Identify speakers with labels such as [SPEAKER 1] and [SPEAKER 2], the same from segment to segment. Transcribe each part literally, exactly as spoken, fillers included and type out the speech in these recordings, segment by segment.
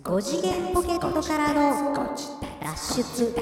[SPEAKER 1] ご次元ポケットからの脱出。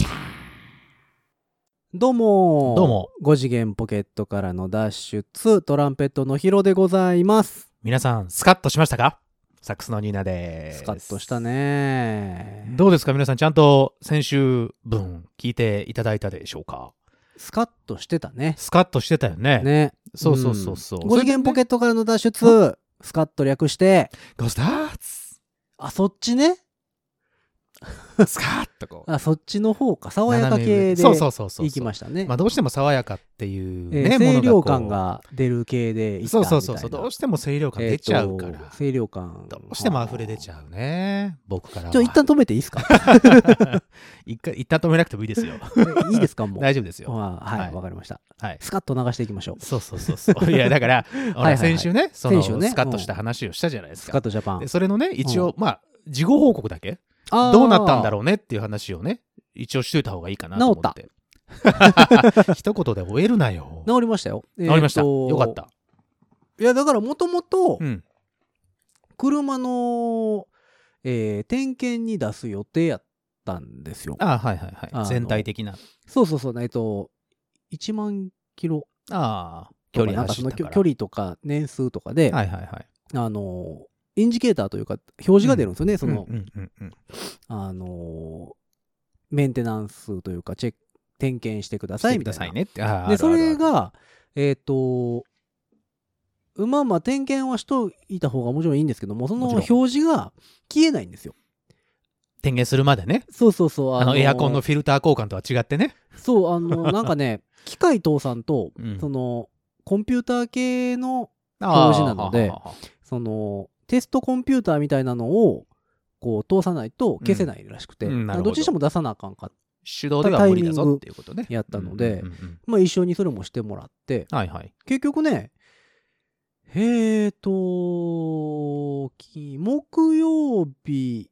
[SPEAKER 2] どうも
[SPEAKER 3] どうも
[SPEAKER 2] ご次元ポケットからの脱出、トランペットのヒロでございます。
[SPEAKER 3] 皆さんスカッとしましたか？サックスのニーナです。
[SPEAKER 2] スカッとしたね。
[SPEAKER 3] どうですか皆さん、ちゃんと先週分聞いていただいたでしょうか？
[SPEAKER 2] スカッとしてたね。
[SPEAKER 3] スカッとしてたよね。
[SPEAKER 2] ね。
[SPEAKER 3] そうそうそうそう。
[SPEAKER 2] ご次元ポケットからの脱出、スカッと略して
[SPEAKER 3] ゴースターツ
[SPEAKER 2] あ、そっちね。
[SPEAKER 3] スカッとこう
[SPEAKER 2] あ、そっちの方か。爽やか系で
[SPEAKER 3] そうそうそうそう。
[SPEAKER 2] いきましたね。
[SPEAKER 3] まあどうしても爽やかっていう
[SPEAKER 2] え
[SPEAKER 3] ね、
[SPEAKER 2] ー清涼
[SPEAKER 3] ものがこう
[SPEAKER 2] 感が出る系でいった
[SPEAKER 3] そう
[SPEAKER 2] みたいな。
[SPEAKER 3] そうそうそう。どうしても清涼感出ちゃうから。
[SPEAKER 2] えーと清涼感。
[SPEAKER 3] どうしても溢れ出ちゃうね。僕からは。
[SPEAKER 2] ちょ、一旦止めていいですか？
[SPEAKER 3] 一回一旦止めなくてもいいですよ。
[SPEAKER 2] いいですかもう。
[SPEAKER 3] 大丈夫ですよ。
[SPEAKER 2] あはい、
[SPEAKER 3] はい
[SPEAKER 2] わかりました。
[SPEAKER 3] はい。
[SPEAKER 2] スカッと流していきましょう。
[SPEAKER 3] そうそうそうそういやだからほら
[SPEAKER 2] はいはいはい
[SPEAKER 3] 先週ねその
[SPEAKER 2] 先週ね
[SPEAKER 3] スカッとした話をしたじゃないですか。
[SPEAKER 2] スカッとジャパン
[SPEAKER 3] で。それのね一応、
[SPEAKER 2] う
[SPEAKER 3] まあ事後報告だけ
[SPEAKER 2] あー
[SPEAKER 3] どうなったんだろうねっていう話をね一応しといた方がいいかなと思って一言で終えるなよ。
[SPEAKER 2] 治りましたよ。治
[SPEAKER 3] 治りました、よかった。
[SPEAKER 2] いや、だからもともと
[SPEAKER 3] う、ん
[SPEAKER 2] 車の、えー点検に出す予定やったんですよ。
[SPEAKER 3] あはいはい
[SPEAKER 2] あの
[SPEAKER 3] はい全体的な
[SPEAKER 2] そうそうそう、えっと、いちまんキロ
[SPEAKER 3] ああ
[SPEAKER 2] とか、
[SPEAKER 3] 距離
[SPEAKER 2] なんかその
[SPEAKER 3] 走ったから
[SPEAKER 2] 距離とか年数とかで、
[SPEAKER 3] はいはいはい
[SPEAKER 2] あの、インジケーターというか、表示が出るんですよね、その、
[SPEAKER 3] うんうんうん
[SPEAKER 2] あの、メンテナンスというか、チェック、点検してくださいみたいな。
[SPEAKER 3] してくださいねってあー
[SPEAKER 2] で、それ
[SPEAKER 3] あるあるある
[SPEAKER 2] が、えっ、と、まあまあ点検はしといた方がもちろんいいんですけども、その
[SPEAKER 3] もちろん
[SPEAKER 2] 表示が消えないんですよ。
[SPEAKER 3] 点検するまでね
[SPEAKER 2] そうそうそう。
[SPEAKER 3] あのエアコンのフィルター交換とは違ってね。
[SPEAKER 2] そう、あの、なんかね、機械倒産と、
[SPEAKER 3] うん
[SPEAKER 2] その、コンピューター系の、
[SPEAKER 3] あー
[SPEAKER 2] 表示なので
[SPEAKER 3] はははは
[SPEAKER 2] その、テストコンピューターみたいなのを、こう、通さないと消せないらしくて、
[SPEAKER 3] うんうんなるほど
[SPEAKER 2] どっちにしても出さなあかんかっ
[SPEAKER 3] 手動では無理だぞっていうことね。
[SPEAKER 2] やったので
[SPEAKER 3] うんうんうんうん
[SPEAKER 2] まあ一緒にそれもしてもらって、
[SPEAKER 3] はいはい。
[SPEAKER 2] 結局ね、えーと、き木曜日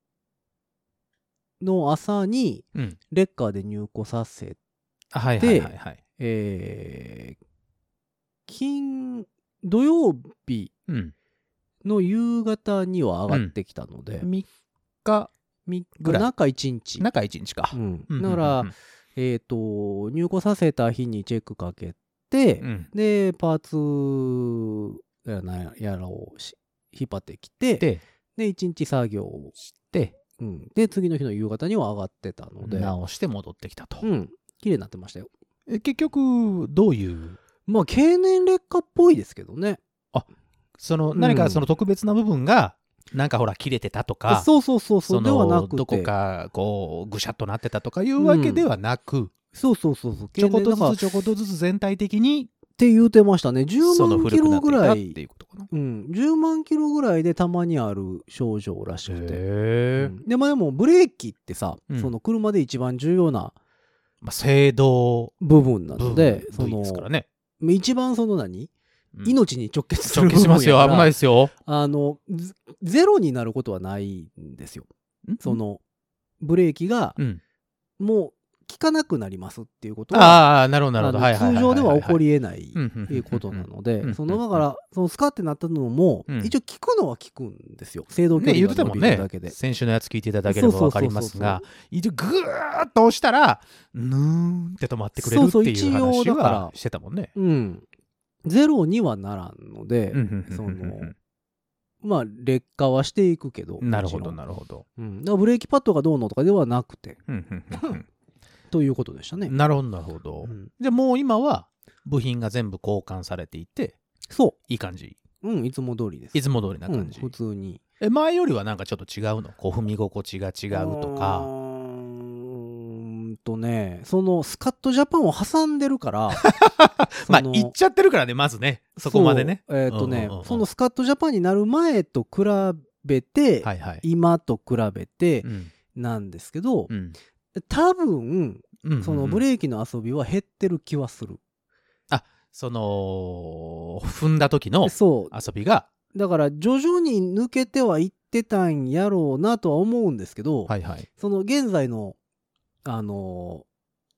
[SPEAKER 2] の朝に
[SPEAKER 3] うん。
[SPEAKER 2] レッカーで入庫させ、
[SPEAKER 3] あはいはいはいはい。
[SPEAKER 2] えー、金、土曜日
[SPEAKER 3] うん。
[SPEAKER 2] の夕方には上がってきたので、
[SPEAKER 3] みっか
[SPEAKER 2] みっか
[SPEAKER 3] ぐらい
[SPEAKER 2] 中いちにち。
[SPEAKER 3] 中いちにちか。
[SPEAKER 2] うん、
[SPEAKER 3] うんうんうん
[SPEAKER 2] だから、えーと、入庫させた日にチェックかけて、
[SPEAKER 3] うん。
[SPEAKER 2] で、パーツやらなんやらをし引っ張ってきて、
[SPEAKER 3] で、
[SPEAKER 2] で、いちにち作業を
[SPEAKER 3] で、
[SPEAKER 2] うん、で、次の日の夕方には上がってたので、
[SPEAKER 3] 直して戻ってきたと。
[SPEAKER 2] うん、綺麗になってましたよ。
[SPEAKER 3] え結局、どういう、
[SPEAKER 2] まあ、経年劣化っぽいですけどね。
[SPEAKER 3] その、
[SPEAKER 2] うん
[SPEAKER 3] 何かその特別な部分が、なんかほら、切れてたとか、
[SPEAKER 2] そうそうそうそう、
[SPEAKER 3] そ
[SPEAKER 2] ではなくて。
[SPEAKER 3] のどこか、こう、ぐしゃっとなってたとかいうわけではなく、
[SPEAKER 2] そうそうそうそう。
[SPEAKER 3] ちょこっと
[SPEAKER 2] 経年だから
[SPEAKER 3] ずつちょこっとずつ全体的に、
[SPEAKER 2] って言うてましたね。じゅう
[SPEAKER 3] その
[SPEAKER 2] まんキ
[SPEAKER 3] 古くな
[SPEAKER 2] ロぐらい
[SPEAKER 3] っていたってい。うことかな。
[SPEAKER 2] うん、じゅうまんキロぐらいでたまにある症状らしくて。
[SPEAKER 3] へ
[SPEAKER 2] うんでもでもブレーキってさ、
[SPEAKER 3] うん
[SPEAKER 2] その車で一番重要な
[SPEAKER 3] まあ、制動
[SPEAKER 2] 部分な
[SPEAKER 3] 部分
[SPEAKER 2] ので、そ
[SPEAKER 3] 部位ですから
[SPEAKER 2] の、
[SPEAKER 3] ね。
[SPEAKER 2] 一番その何、
[SPEAKER 3] うん
[SPEAKER 2] 命に直結する
[SPEAKER 3] 直結しますよ。
[SPEAKER 2] 部分やから
[SPEAKER 3] 危ないですよ。
[SPEAKER 2] あの、ゼゼロになることはないんですよ。その、ブレーキが
[SPEAKER 3] うん。
[SPEAKER 2] もう効かなくなりますっていうことは、
[SPEAKER 3] ああ、なるほど、なるほど。
[SPEAKER 2] あの
[SPEAKER 3] はいはいはいはい
[SPEAKER 2] 通常では起こ
[SPEAKER 3] り
[SPEAKER 2] りえない
[SPEAKER 3] うんうんうんうん
[SPEAKER 2] ことなの
[SPEAKER 3] うん
[SPEAKER 2] で、
[SPEAKER 3] うん
[SPEAKER 2] そのだから、そのスカってなったのも、
[SPEAKER 3] うん
[SPEAKER 2] 一応効くのは効くんですよ。制動距
[SPEAKER 3] ね、言
[SPEAKER 2] 離が伸
[SPEAKER 3] ってたもんね
[SPEAKER 2] びるだけで。。
[SPEAKER 3] 先週のやつ聞いていただければわかりますが
[SPEAKER 2] そう、
[SPEAKER 3] 一応グーッと押したら、ぬーんって止まってくれるって
[SPEAKER 2] そうそう
[SPEAKER 3] いう
[SPEAKER 2] 一応
[SPEAKER 3] 話
[SPEAKER 2] だから
[SPEAKER 3] はしてたもんね。
[SPEAKER 2] うん。ゼロにはならんので、
[SPEAKER 3] うんうんうんうん
[SPEAKER 2] その、まあ、劣化はしていくけど。
[SPEAKER 3] なるほど、
[SPEAKER 2] もちろん
[SPEAKER 3] なるほど。
[SPEAKER 2] うん。だからブレーキパッドがどうのとかではなくて、
[SPEAKER 3] うんうんうん
[SPEAKER 2] ということでしたね
[SPEAKER 3] う。んなるほど、なるほど
[SPEAKER 2] う。ん
[SPEAKER 3] じゃあもう今は部品が全部交換されていて、
[SPEAKER 2] そ
[SPEAKER 3] いい感じ。
[SPEAKER 2] う。うん、いつも通りです。
[SPEAKER 3] いつも通りな感じ
[SPEAKER 2] うん。普通に。
[SPEAKER 3] え、前よりはなんかちょっと違うのこう踏み心地が違うと
[SPEAKER 2] う
[SPEAKER 3] か。
[SPEAKER 2] ーんとね、そのスカットジャパンを挟んでるから、
[SPEAKER 3] まあ、
[SPEAKER 2] その
[SPEAKER 3] 言っちゃってるからね、まずね。そこまでね。
[SPEAKER 2] そうえっ、とね、
[SPEAKER 3] うんうんうん
[SPEAKER 2] そのスカットジャパンになる前と比べて、
[SPEAKER 3] はいはい。
[SPEAKER 2] 今と比べて
[SPEAKER 3] うん
[SPEAKER 2] なんですけど、
[SPEAKER 3] うん
[SPEAKER 2] 多分、
[SPEAKER 3] うん
[SPEAKER 2] そのブレーキの遊びは減ってる気はする。
[SPEAKER 3] その、踏んだ時の
[SPEAKER 2] そ
[SPEAKER 3] 遊びが、
[SPEAKER 2] う。だから徐々に抜けてはいってたんやろうなとは思うんですけど、
[SPEAKER 3] はいはい。
[SPEAKER 2] その現在の、あの、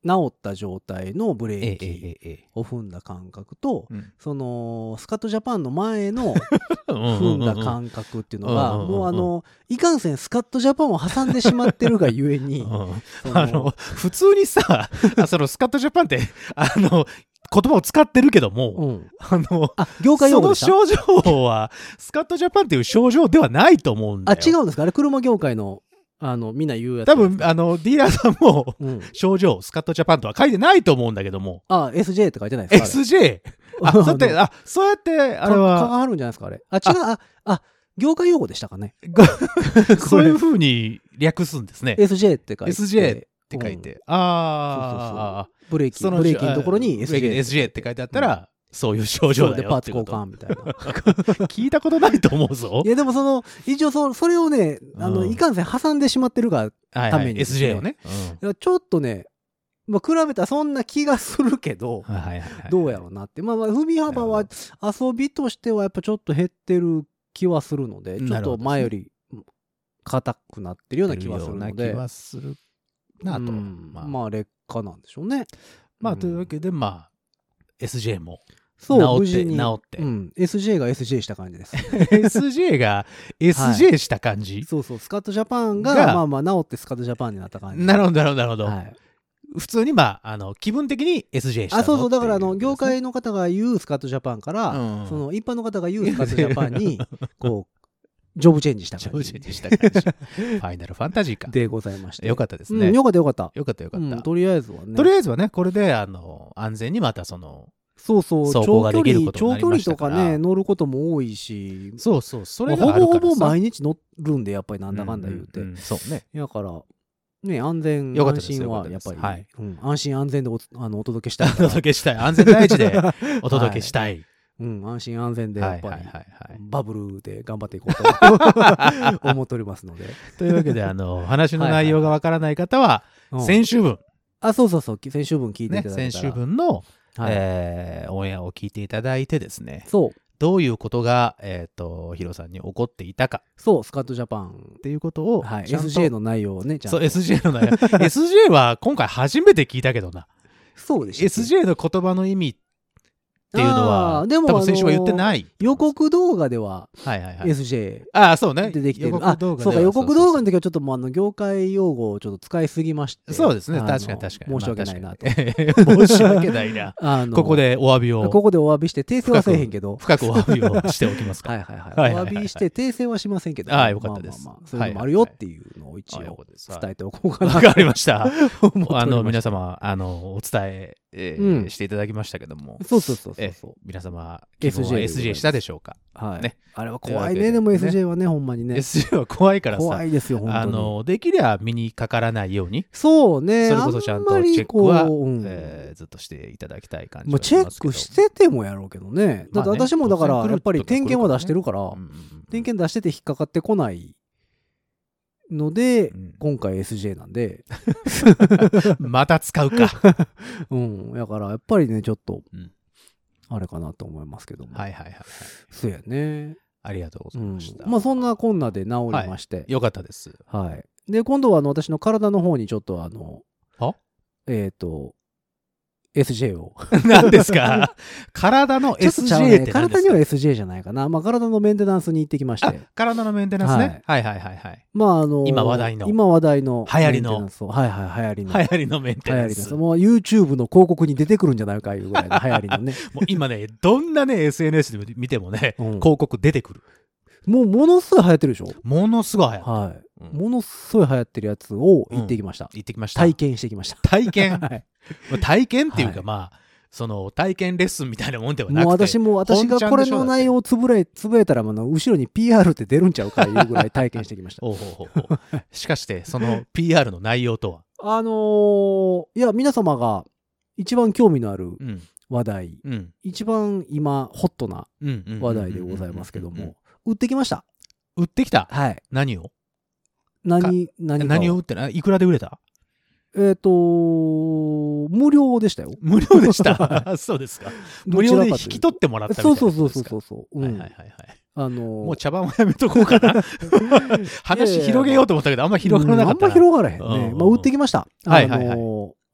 [SPEAKER 2] 直った状態のブレ
[SPEAKER 3] ええ
[SPEAKER 2] ーキ
[SPEAKER 3] ええええ
[SPEAKER 2] を踏んだ感覚と、
[SPEAKER 3] うん
[SPEAKER 2] そのスカットジャパンの前の
[SPEAKER 3] うん
[SPEAKER 2] 踏んだ感覚っていうのが、
[SPEAKER 3] うんうんうんうん
[SPEAKER 2] もうあのいかんせんスカットジャパンを挟んでしまってるがゆえに、
[SPEAKER 3] うん
[SPEAKER 2] その
[SPEAKER 3] あの普通にさあそのスカットジャパンってあの言葉を使ってるけども、
[SPEAKER 2] うん、
[SPEAKER 3] あの
[SPEAKER 2] あ業界用語でした
[SPEAKER 3] その症状はスカットジャパンっていう症状ではないと思うんだ
[SPEAKER 2] あ
[SPEAKER 3] よ。
[SPEAKER 2] 違うんですか？あれ車業界のあのみんな言うやつ
[SPEAKER 3] 多分あのディーラーさんも
[SPEAKER 2] うん、
[SPEAKER 3] 症状スカットジャパンとは書いてないと思うんだけども、
[SPEAKER 2] あ エスジェー って書いてないですか？
[SPEAKER 3] エスジェー あそうやってあそうやってあれ
[SPEAKER 2] か
[SPEAKER 3] は
[SPEAKER 2] かるんじゃないですか？あれあ違うああ業界用語でしたかね？
[SPEAKER 3] そういう風に略すんですね。
[SPEAKER 2] エスジェー って書いて
[SPEAKER 3] エスジェー って書いて、ああ
[SPEAKER 2] ブレーキ
[SPEAKER 3] その
[SPEAKER 2] ブレーキのところに エスジェー
[SPEAKER 3] ブレーキに エスジェー って書いてあったら、そういう症状だ
[SPEAKER 2] で
[SPEAKER 3] よ
[SPEAKER 2] パーツ交
[SPEAKER 3] ってこと。
[SPEAKER 2] 換みたいな
[SPEAKER 3] 聞いたことないと思うぞ
[SPEAKER 2] い。やでもその一応そそれをねあの、
[SPEAKER 3] うん
[SPEAKER 2] いかんせん挟んでしまってるが
[SPEAKER 3] はいはい、
[SPEAKER 2] ためにですね
[SPEAKER 3] エスジェー をね。
[SPEAKER 2] いやちょっとね、まあ、比べたらそんな気がするけど、
[SPEAKER 3] はいはいはいはい
[SPEAKER 2] どうやろうなってまあまあ踏み幅は遊びとしてはやっぱちょっと減ってる気はするのでちょっと前より硬くなってるような気はするの
[SPEAKER 3] ような
[SPEAKER 2] で
[SPEAKER 3] 気はするなと。
[SPEAKER 2] うん
[SPEAKER 3] まあ、
[SPEAKER 2] まあ劣化なんでしょうね。
[SPEAKER 3] まあ
[SPEAKER 2] うん
[SPEAKER 3] というわけで、まあ、エスジェー も
[SPEAKER 2] そう
[SPEAKER 3] 治って、
[SPEAKER 2] 無事に
[SPEAKER 3] 治って。
[SPEAKER 2] うん、エスジェー が エスジェー した感じです。
[SPEAKER 3] エスジェー が エスジェー した感じ、
[SPEAKER 2] そうそうスカットジャパンが
[SPEAKER 3] が
[SPEAKER 2] まあまあ治ってスカットジャパンになった感じ。
[SPEAKER 3] なるほど、なるほど、なるほど。
[SPEAKER 2] はい、
[SPEAKER 3] 普通に、まあ、あの、気分的に エスジェー したの
[SPEAKER 2] あそうそうだからあの
[SPEAKER 3] っていう
[SPEAKER 2] 業界の方が言うスカットジャパンから、
[SPEAKER 3] うん
[SPEAKER 2] その一般の方が言うスカットジャパンにこうジョブチェンジした
[SPEAKER 3] ジョ
[SPEAKER 2] 感じ
[SPEAKER 3] ブチェンジした感じ。ファイナルファンタジーか。
[SPEAKER 2] でございまして。
[SPEAKER 3] よかったですね。
[SPEAKER 2] うん、よかったよかった。
[SPEAKER 3] よかったよかった。
[SPEAKER 2] うん、とりあえずはね。
[SPEAKER 3] とりあえずはね、これで、あの、安全にまたその、
[SPEAKER 2] そうそう、
[SPEAKER 3] 走行
[SPEAKER 2] 長距離
[SPEAKER 3] ができることになり
[SPEAKER 2] 長距離
[SPEAKER 3] ましたから
[SPEAKER 2] とかね、乗ることも多いし、
[SPEAKER 3] そうそう、それ
[SPEAKER 2] まあ
[SPEAKER 3] があるからさ
[SPEAKER 2] ほぼほぼ毎日乗るんで、やっぱりなんだかんだ言うて。
[SPEAKER 3] んんんそうね。
[SPEAKER 2] だから、ね、安全、
[SPEAKER 3] よかったです
[SPEAKER 2] 安心
[SPEAKER 3] よかったです
[SPEAKER 2] はやっぱり、
[SPEAKER 3] はい
[SPEAKER 2] うん、安心安全でおあのお届けしたい
[SPEAKER 3] お
[SPEAKER 2] から。
[SPEAKER 3] 届けしたい。安全第一でお届けしたい。
[SPEAKER 2] うん、安心安全でやっぱり、
[SPEAKER 3] はいはいはいはい
[SPEAKER 2] バブルで頑張っていこうと思っておりますので。
[SPEAKER 3] というわけで、あの、話の内容がわからない方は、
[SPEAKER 2] うん
[SPEAKER 3] 先週分、
[SPEAKER 2] あ、そうそうそう、先週分聞いてい
[SPEAKER 3] ね、
[SPEAKER 2] ただいたら。
[SPEAKER 3] 先週分の、
[SPEAKER 2] はい
[SPEAKER 3] えーオンエアを聞いていただいてですね、
[SPEAKER 2] そう、
[SPEAKER 3] どういうことが、えっと、ヒロさんに起こっていたか
[SPEAKER 2] そう、スカットジャパン
[SPEAKER 3] っていうことを、
[SPEAKER 2] はい、
[SPEAKER 3] ちゃんと
[SPEAKER 2] エスジェー の内容をね、ちゃんと。
[SPEAKER 3] そう、エスジェー の内容。エスジェー は今回初めて聞いたけどな。
[SPEAKER 2] そうでしたっけ。
[SPEAKER 3] エスジェー の言葉の意味っていうのは、
[SPEAKER 2] あーでも
[SPEAKER 3] 多分先週は言ってない。
[SPEAKER 2] 予告動画では
[SPEAKER 3] はいはいはい。
[SPEAKER 2] エスジェー
[SPEAKER 3] ああ、そうね。
[SPEAKER 2] 出てきてる。
[SPEAKER 3] 予告動画では
[SPEAKER 2] あ、そうか、予告動画の
[SPEAKER 3] そう
[SPEAKER 2] 時はちょっともうあの業界用語をちょっと使いすぎまして。
[SPEAKER 3] そうですね。
[SPEAKER 2] あの
[SPEAKER 3] 確かに確かに。
[SPEAKER 2] 申し訳ないなと。
[SPEAKER 3] まあ確かに申し訳ないな。
[SPEAKER 2] あの
[SPEAKER 3] ここでお詫びを、
[SPEAKER 2] ここでお詫びして訂正はせえへんけど。
[SPEAKER 3] 深くお詫びをしておきますか。
[SPEAKER 2] はいはいはい。
[SPEAKER 3] はいはいはい
[SPEAKER 2] お詫びして訂正はしませんけど。
[SPEAKER 3] ああよかったです
[SPEAKER 2] まあまあまあそういうのもあるよっていうのを一
[SPEAKER 3] あよ
[SPEAKER 2] 応
[SPEAKER 3] かったです
[SPEAKER 2] 伝えておこうかな
[SPEAKER 3] わかりました。
[SPEAKER 2] と思っておりました
[SPEAKER 3] あの、皆様、あの、お伝ええー
[SPEAKER 2] うん
[SPEAKER 3] していただきましたけども、
[SPEAKER 2] そうそうそうそう
[SPEAKER 3] え
[SPEAKER 2] そう。
[SPEAKER 3] 皆様、希望は
[SPEAKER 2] エスジェー でございます
[SPEAKER 3] エスジェー したでしょうか。
[SPEAKER 2] はい。
[SPEAKER 3] ね
[SPEAKER 2] あれは怖い
[SPEAKER 3] というわけで
[SPEAKER 2] ね、でも
[SPEAKER 3] ね
[SPEAKER 2] エスジェー はね、ほんまにね。
[SPEAKER 3] エスジェー は怖いからさ、
[SPEAKER 2] 怖いですよ、本当に。
[SPEAKER 3] あの、できりゃ身にかからないように、
[SPEAKER 2] そうね。
[SPEAKER 3] それこそちゃんと
[SPEAKER 2] あまり
[SPEAKER 3] チェックは
[SPEAKER 2] こううん
[SPEAKER 3] えーずっとしていただきたい感じ
[SPEAKER 2] まあ、
[SPEAKER 3] は
[SPEAKER 2] チェックしててもやろうけどね。だって
[SPEAKER 3] まあね
[SPEAKER 2] 私もだから、
[SPEAKER 3] 突然来る
[SPEAKER 2] やっぱり点検は出してるから、
[SPEAKER 3] うんうんうん
[SPEAKER 2] 点検出してて引っかかってこないので、
[SPEAKER 3] うん
[SPEAKER 2] 今回 エスジェー なんで、
[SPEAKER 3] また使うか。
[SPEAKER 2] うん。だから、やっぱりね、ちょっと
[SPEAKER 3] うん、
[SPEAKER 2] あれかなと思いますけども。
[SPEAKER 3] はいはいはいはい。
[SPEAKER 2] そうやね。
[SPEAKER 3] ありがとうござ
[SPEAKER 2] うん
[SPEAKER 3] いました。。
[SPEAKER 2] まあ、そんなこんなで治りまして。
[SPEAKER 3] よかったです。
[SPEAKER 2] はい。で、今度はあの私の体の方にちょっとあの、
[SPEAKER 3] は
[SPEAKER 2] えっと、エスジェー を。
[SPEAKER 3] 何ですか体の
[SPEAKER 2] ちょっとちゃう
[SPEAKER 3] エスジェー
[SPEAKER 2] ね
[SPEAKER 3] って何ですか
[SPEAKER 2] 体には エスジェー じゃないかな。まあ、体のメンテナンスに行ってきまし
[SPEAKER 3] あ
[SPEAKER 2] て。
[SPEAKER 3] 体のメンテナンスね。はいはいはいはい。
[SPEAKER 2] まあ、あの、
[SPEAKER 3] 今話題の
[SPEAKER 2] 今話題の。
[SPEAKER 3] 流行りの
[SPEAKER 2] メンテナンスをはいはい、流行りの。
[SPEAKER 3] 流行りのメンテ
[SPEAKER 2] 流
[SPEAKER 3] ナンス。
[SPEAKER 2] 行りです。もう YouTube の広告に出てくるんじゃないかいうぐらいの流行りのね。
[SPEAKER 3] もう今ね、どんなね、エスエヌエス で見てもね、
[SPEAKER 2] うん
[SPEAKER 3] 広告出てくる。
[SPEAKER 2] もうものすごい流行ってるでしょ。
[SPEAKER 3] ものすごい流行って
[SPEAKER 2] はい。
[SPEAKER 3] る。うん
[SPEAKER 2] ものすごい流行ってるやつを行ってきました。
[SPEAKER 3] 行ってきました。
[SPEAKER 2] 体験してきました。
[SPEAKER 3] 体験
[SPEAKER 2] はい。
[SPEAKER 3] まあ体験っていうか、
[SPEAKER 2] はい
[SPEAKER 3] まあ、その体験レッスンみたいなもんではなくて。
[SPEAKER 2] もう私も私がこれの内容をつぶれつぶやいたらあの後ろに ピーアール って出るんちゃうかいうぐらい体験してきました。
[SPEAKER 3] おうほうほうほうしかして、その ピーアール の内容とは。
[SPEAKER 2] あのーいや皆様が一番興味のある
[SPEAKER 3] うん。
[SPEAKER 2] 話題、
[SPEAKER 3] うん。
[SPEAKER 2] 一番今ホットな
[SPEAKER 3] うんうん。
[SPEAKER 2] 話題でございますけど
[SPEAKER 3] うんうんうん
[SPEAKER 2] も、売ってきました。
[SPEAKER 3] 売ってきた。
[SPEAKER 2] はい。
[SPEAKER 3] 何を
[SPEAKER 2] 何何か
[SPEAKER 3] 何を売ってないいくらで売れた
[SPEAKER 2] えっ、と無料でしたよ。
[SPEAKER 3] 無料でした。そうですか。無料で引き取ってもらったみたいな
[SPEAKER 2] そう
[SPEAKER 3] ことですか。
[SPEAKER 2] そうそうそうそう。うん
[SPEAKER 3] はいはいはいはい。
[SPEAKER 2] あのー
[SPEAKER 3] もう茶番はやめとこうかな。話広げようと思ったけど、あんま広がらなかったな。
[SPEAKER 2] うんあんま広がらへんね。
[SPEAKER 3] うんうんうん
[SPEAKER 2] まあ売ってきました。
[SPEAKER 3] はいはいはい
[SPEAKER 2] あのー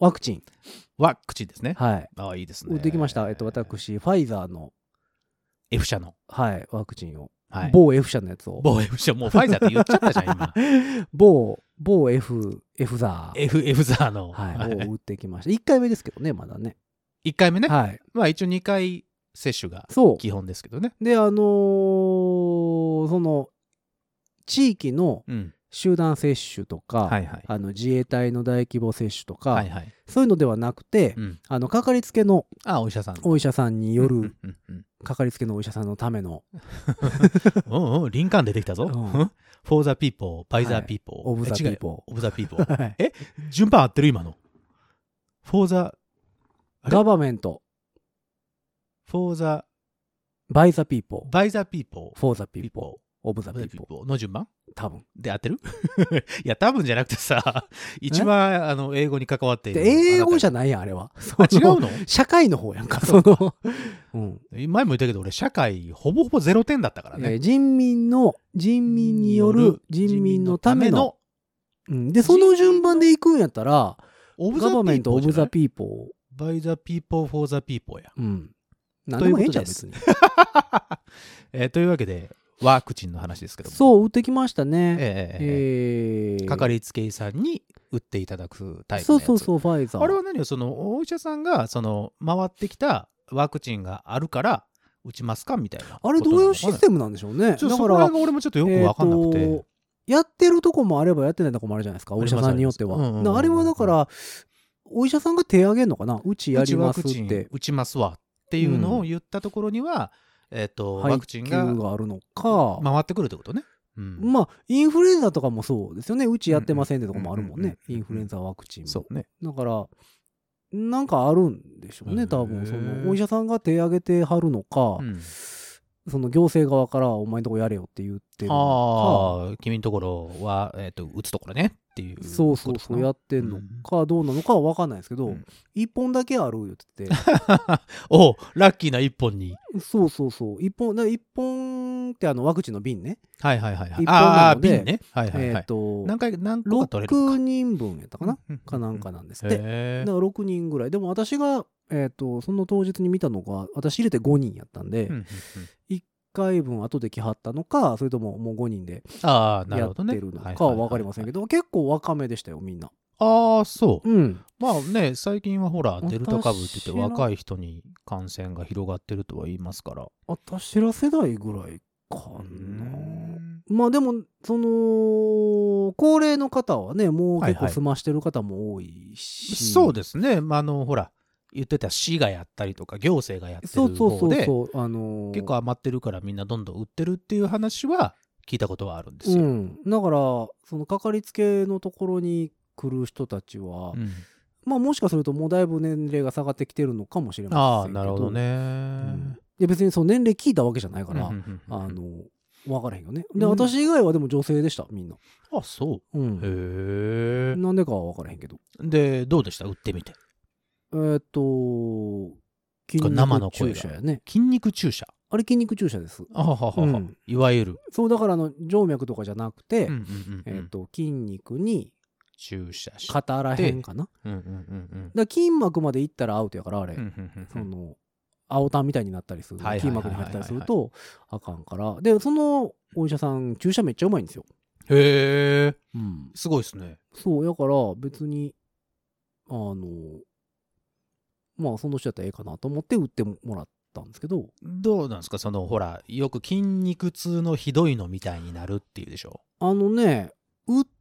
[SPEAKER 2] ワクチン。
[SPEAKER 3] ワクチンですね。
[SPEAKER 2] はい。
[SPEAKER 3] ああ、いいですね。
[SPEAKER 2] 打ってきました。えっと、私、ファイザーの、
[SPEAKER 3] F 社の。
[SPEAKER 2] はい、ワクチンを。
[SPEAKER 3] はい、
[SPEAKER 2] 某 F 社のやつを。
[SPEAKER 3] 某 F 社、もうファイザーって言っちゃったじゃん、今。
[SPEAKER 2] 某、某 F、F ザー。
[SPEAKER 3] F、F ザーの。
[SPEAKER 2] はい、を打ってきました。いっかいめですけどね、まだね。
[SPEAKER 3] いっかいめね。
[SPEAKER 2] はい。
[SPEAKER 3] まあ一応にかい接種が基本ですけどね。
[SPEAKER 2] で、あのー、その、地域の集団接種とか、うんはいはい、あの自衛隊の大規模接種とか、はいはい、そういうのではなくて、うん、あの、かかりつけの、
[SPEAKER 3] あ、お医者さん。
[SPEAKER 2] お医者さんによる、うんうんうん、かかりつけのお医者さんのための。
[SPEAKER 3] うんうん、リンカーン出てきたぞ。うん、for the people, by the people,
[SPEAKER 2] of the people.
[SPEAKER 3] of the people. え順番合ってる今の for the
[SPEAKER 2] government.
[SPEAKER 3] for the
[SPEAKER 2] by the people.
[SPEAKER 3] by the people.
[SPEAKER 2] for the people. of the people.
[SPEAKER 3] の順番
[SPEAKER 2] 多分。
[SPEAKER 3] で合ってるいや、多分じゃなくてさ、一番あの英語に関わっている。
[SPEAKER 2] 英語じゃないやん、あれは。
[SPEAKER 3] あ、違うの
[SPEAKER 2] 社会の方やんか、その。
[SPEAKER 3] うん、前も言ったけど、俺、社会、ほぼほぼゼロてんだったからね。
[SPEAKER 2] 人民の、人民による、人民のための。うん、で、その順番で行くんやったら、ガバメント・オブ・ザ・ピーポ
[SPEAKER 3] ー。by the people, for the people や。
[SPEAKER 2] うん。何でもええんちゃう、別に。
[SPEAKER 3] えー、というわけで、ワクチンの話ですけども。
[SPEAKER 2] そう、打ってきましたね。
[SPEAKER 3] えー、えー、かかりつけ医さんに打っていただくタイプのやつ。
[SPEAKER 2] そうそうそう、ファイザー。
[SPEAKER 3] あれは何よ、その、お医者さんが、その、回ってきたワクチンがあるから、打ちますかみたいな。
[SPEAKER 2] あれ、どういうシステムなんでしょうね。だから、
[SPEAKER 3] それが俺もちょっとよく分かんなくて。えー、
[SPEAKER 2] やってるとこもあればやってないとこもあるじゃないですか、お医者さんによっては。うんうん、あれはだから、お医者さんが手挙げるのかな、うちやりますって。
[SPEAKER 3] うちワクチン打ちますわっていうのを言ったところには、うん、えっと、ワクチンが
[SPEAKER 2] があるのか
[SPEAKER 3] 回ってくるってことね。
[SPEAKER 2] うん、まあ、インフルエンザとかもそうですよね。うちやってませんってとこもあるもんね。インフルエンザワクチンも。
[SPEAKER 3] そうね。
[SPEAKER 2] だから、なんかあるんでしょうね、多分。その、お医者さんが手挙げてはるのか、うん、その行政側からお前んとこやれよって言ってるのか。
[SPEAKER 3] ああ、君のところは、えっと、打つところねっていう。
[SPEAKER 2] そうそうそう、やってんのかどうなのかは分かんないですけど、うん、一本だけあるよって言って。
[SPEAKER 3] おう、ラッキーな一本に。
[SPEAKER 2] そうそうそう。一本、一本ってあのワクチンの瓶ね。
[SPEAKER 3] はいはいはい、はい。
[SPEAKER 2] 一本なので、
[SPEAKER 3] ああ、瓶ね。はいはいはい。
[SPEAKER 2] えっと、
[SPEAKER 3] 何回、何個か取れるか。
[SPEAKER 2] ろくにんぶんやったかなかなんかなんですって。だからろくにんぐらい。でも私が、えっと、その当日に見たのが、私入れてごにんやったんで、いっかいぶん後で来はったのか、それとももうごにんでやってるのかは分かりませんけど、結構若めでしたよ、みんな。
[SPEAKER 3] ああ、そう。
[SPEAKER 2] うん。
[SPEAKER 3] まあね、最近はほら、デルタ株って言って若い人に感染が広がってるとは言いますから。
[SPEAKER 2] 私ら世代ぐらいかな。まあでも、その、高齢の方はね、もう結構済ましてる方も多いし。
[SPEAKER 3] はいはい、そうですね。まあ、あの、ほら、言ってた市がやったりとか行政がやってる方で、そうそうそうそう、あのー、結構余ってるからみんなどんどん売ってるっていう話は聞いたことはあるんですよ。
[SPEAKER 2] うん、だからそのかかりつけのところに来る人たちは、うん、まあもしかするともうだいぶ年齢が下がってきてるのかもしれませんけど。
[SPEAKER 3] ああ、なるほどね、うん、
[SPEAKER 2] いや別にその年齢聞いたわけじゃないから、あの分からへんよね。で、うん、私以外はでも女性でした、みんな。
[SPEAKER 3] あ、そう。
[SPEAKER 2] うん、
[SPEAKER 3] へえ。
[SPEAKER 2] なんでかは分からへんけど。
[SPEAKER 3] で、どうでした？打ってみて。
[SPEAKER 2] えー、っと、筋肉注射やね。
[SPEAKER 3] 筋肉注射。
[SPEAKER 2] あれ筋肉注射です。
[SPEAKER 3] あははは、うん、いわゆる。
[SPEAKER 2] そう、だからあの静脈とかじゃなくて、えっと筋肉に
[SPEAKER 3] 注射して。
[SPEAKER 2] 肩らへんかな。うんうんうんうん。だ筋膜まで行ったらアウトやからあれ、うんうんうんうん、その青タンみたいになったりする、筋膜に入ったりするとあかんから。で、そのお医者さん注射めっちゃうまいんですよ。
[SPEAKER 3] へえ、うん、すごいですね。
[SPEAKER 2] そうだから別にあの。まあその人やったらええかなと思って打ってもらったんですけど。
[SPEAKER 3] どうなんですか、そのほらよく筋肉痛のひどいのみたいになるっていうでしょ。
[SPEAKER 2] あのね、打って、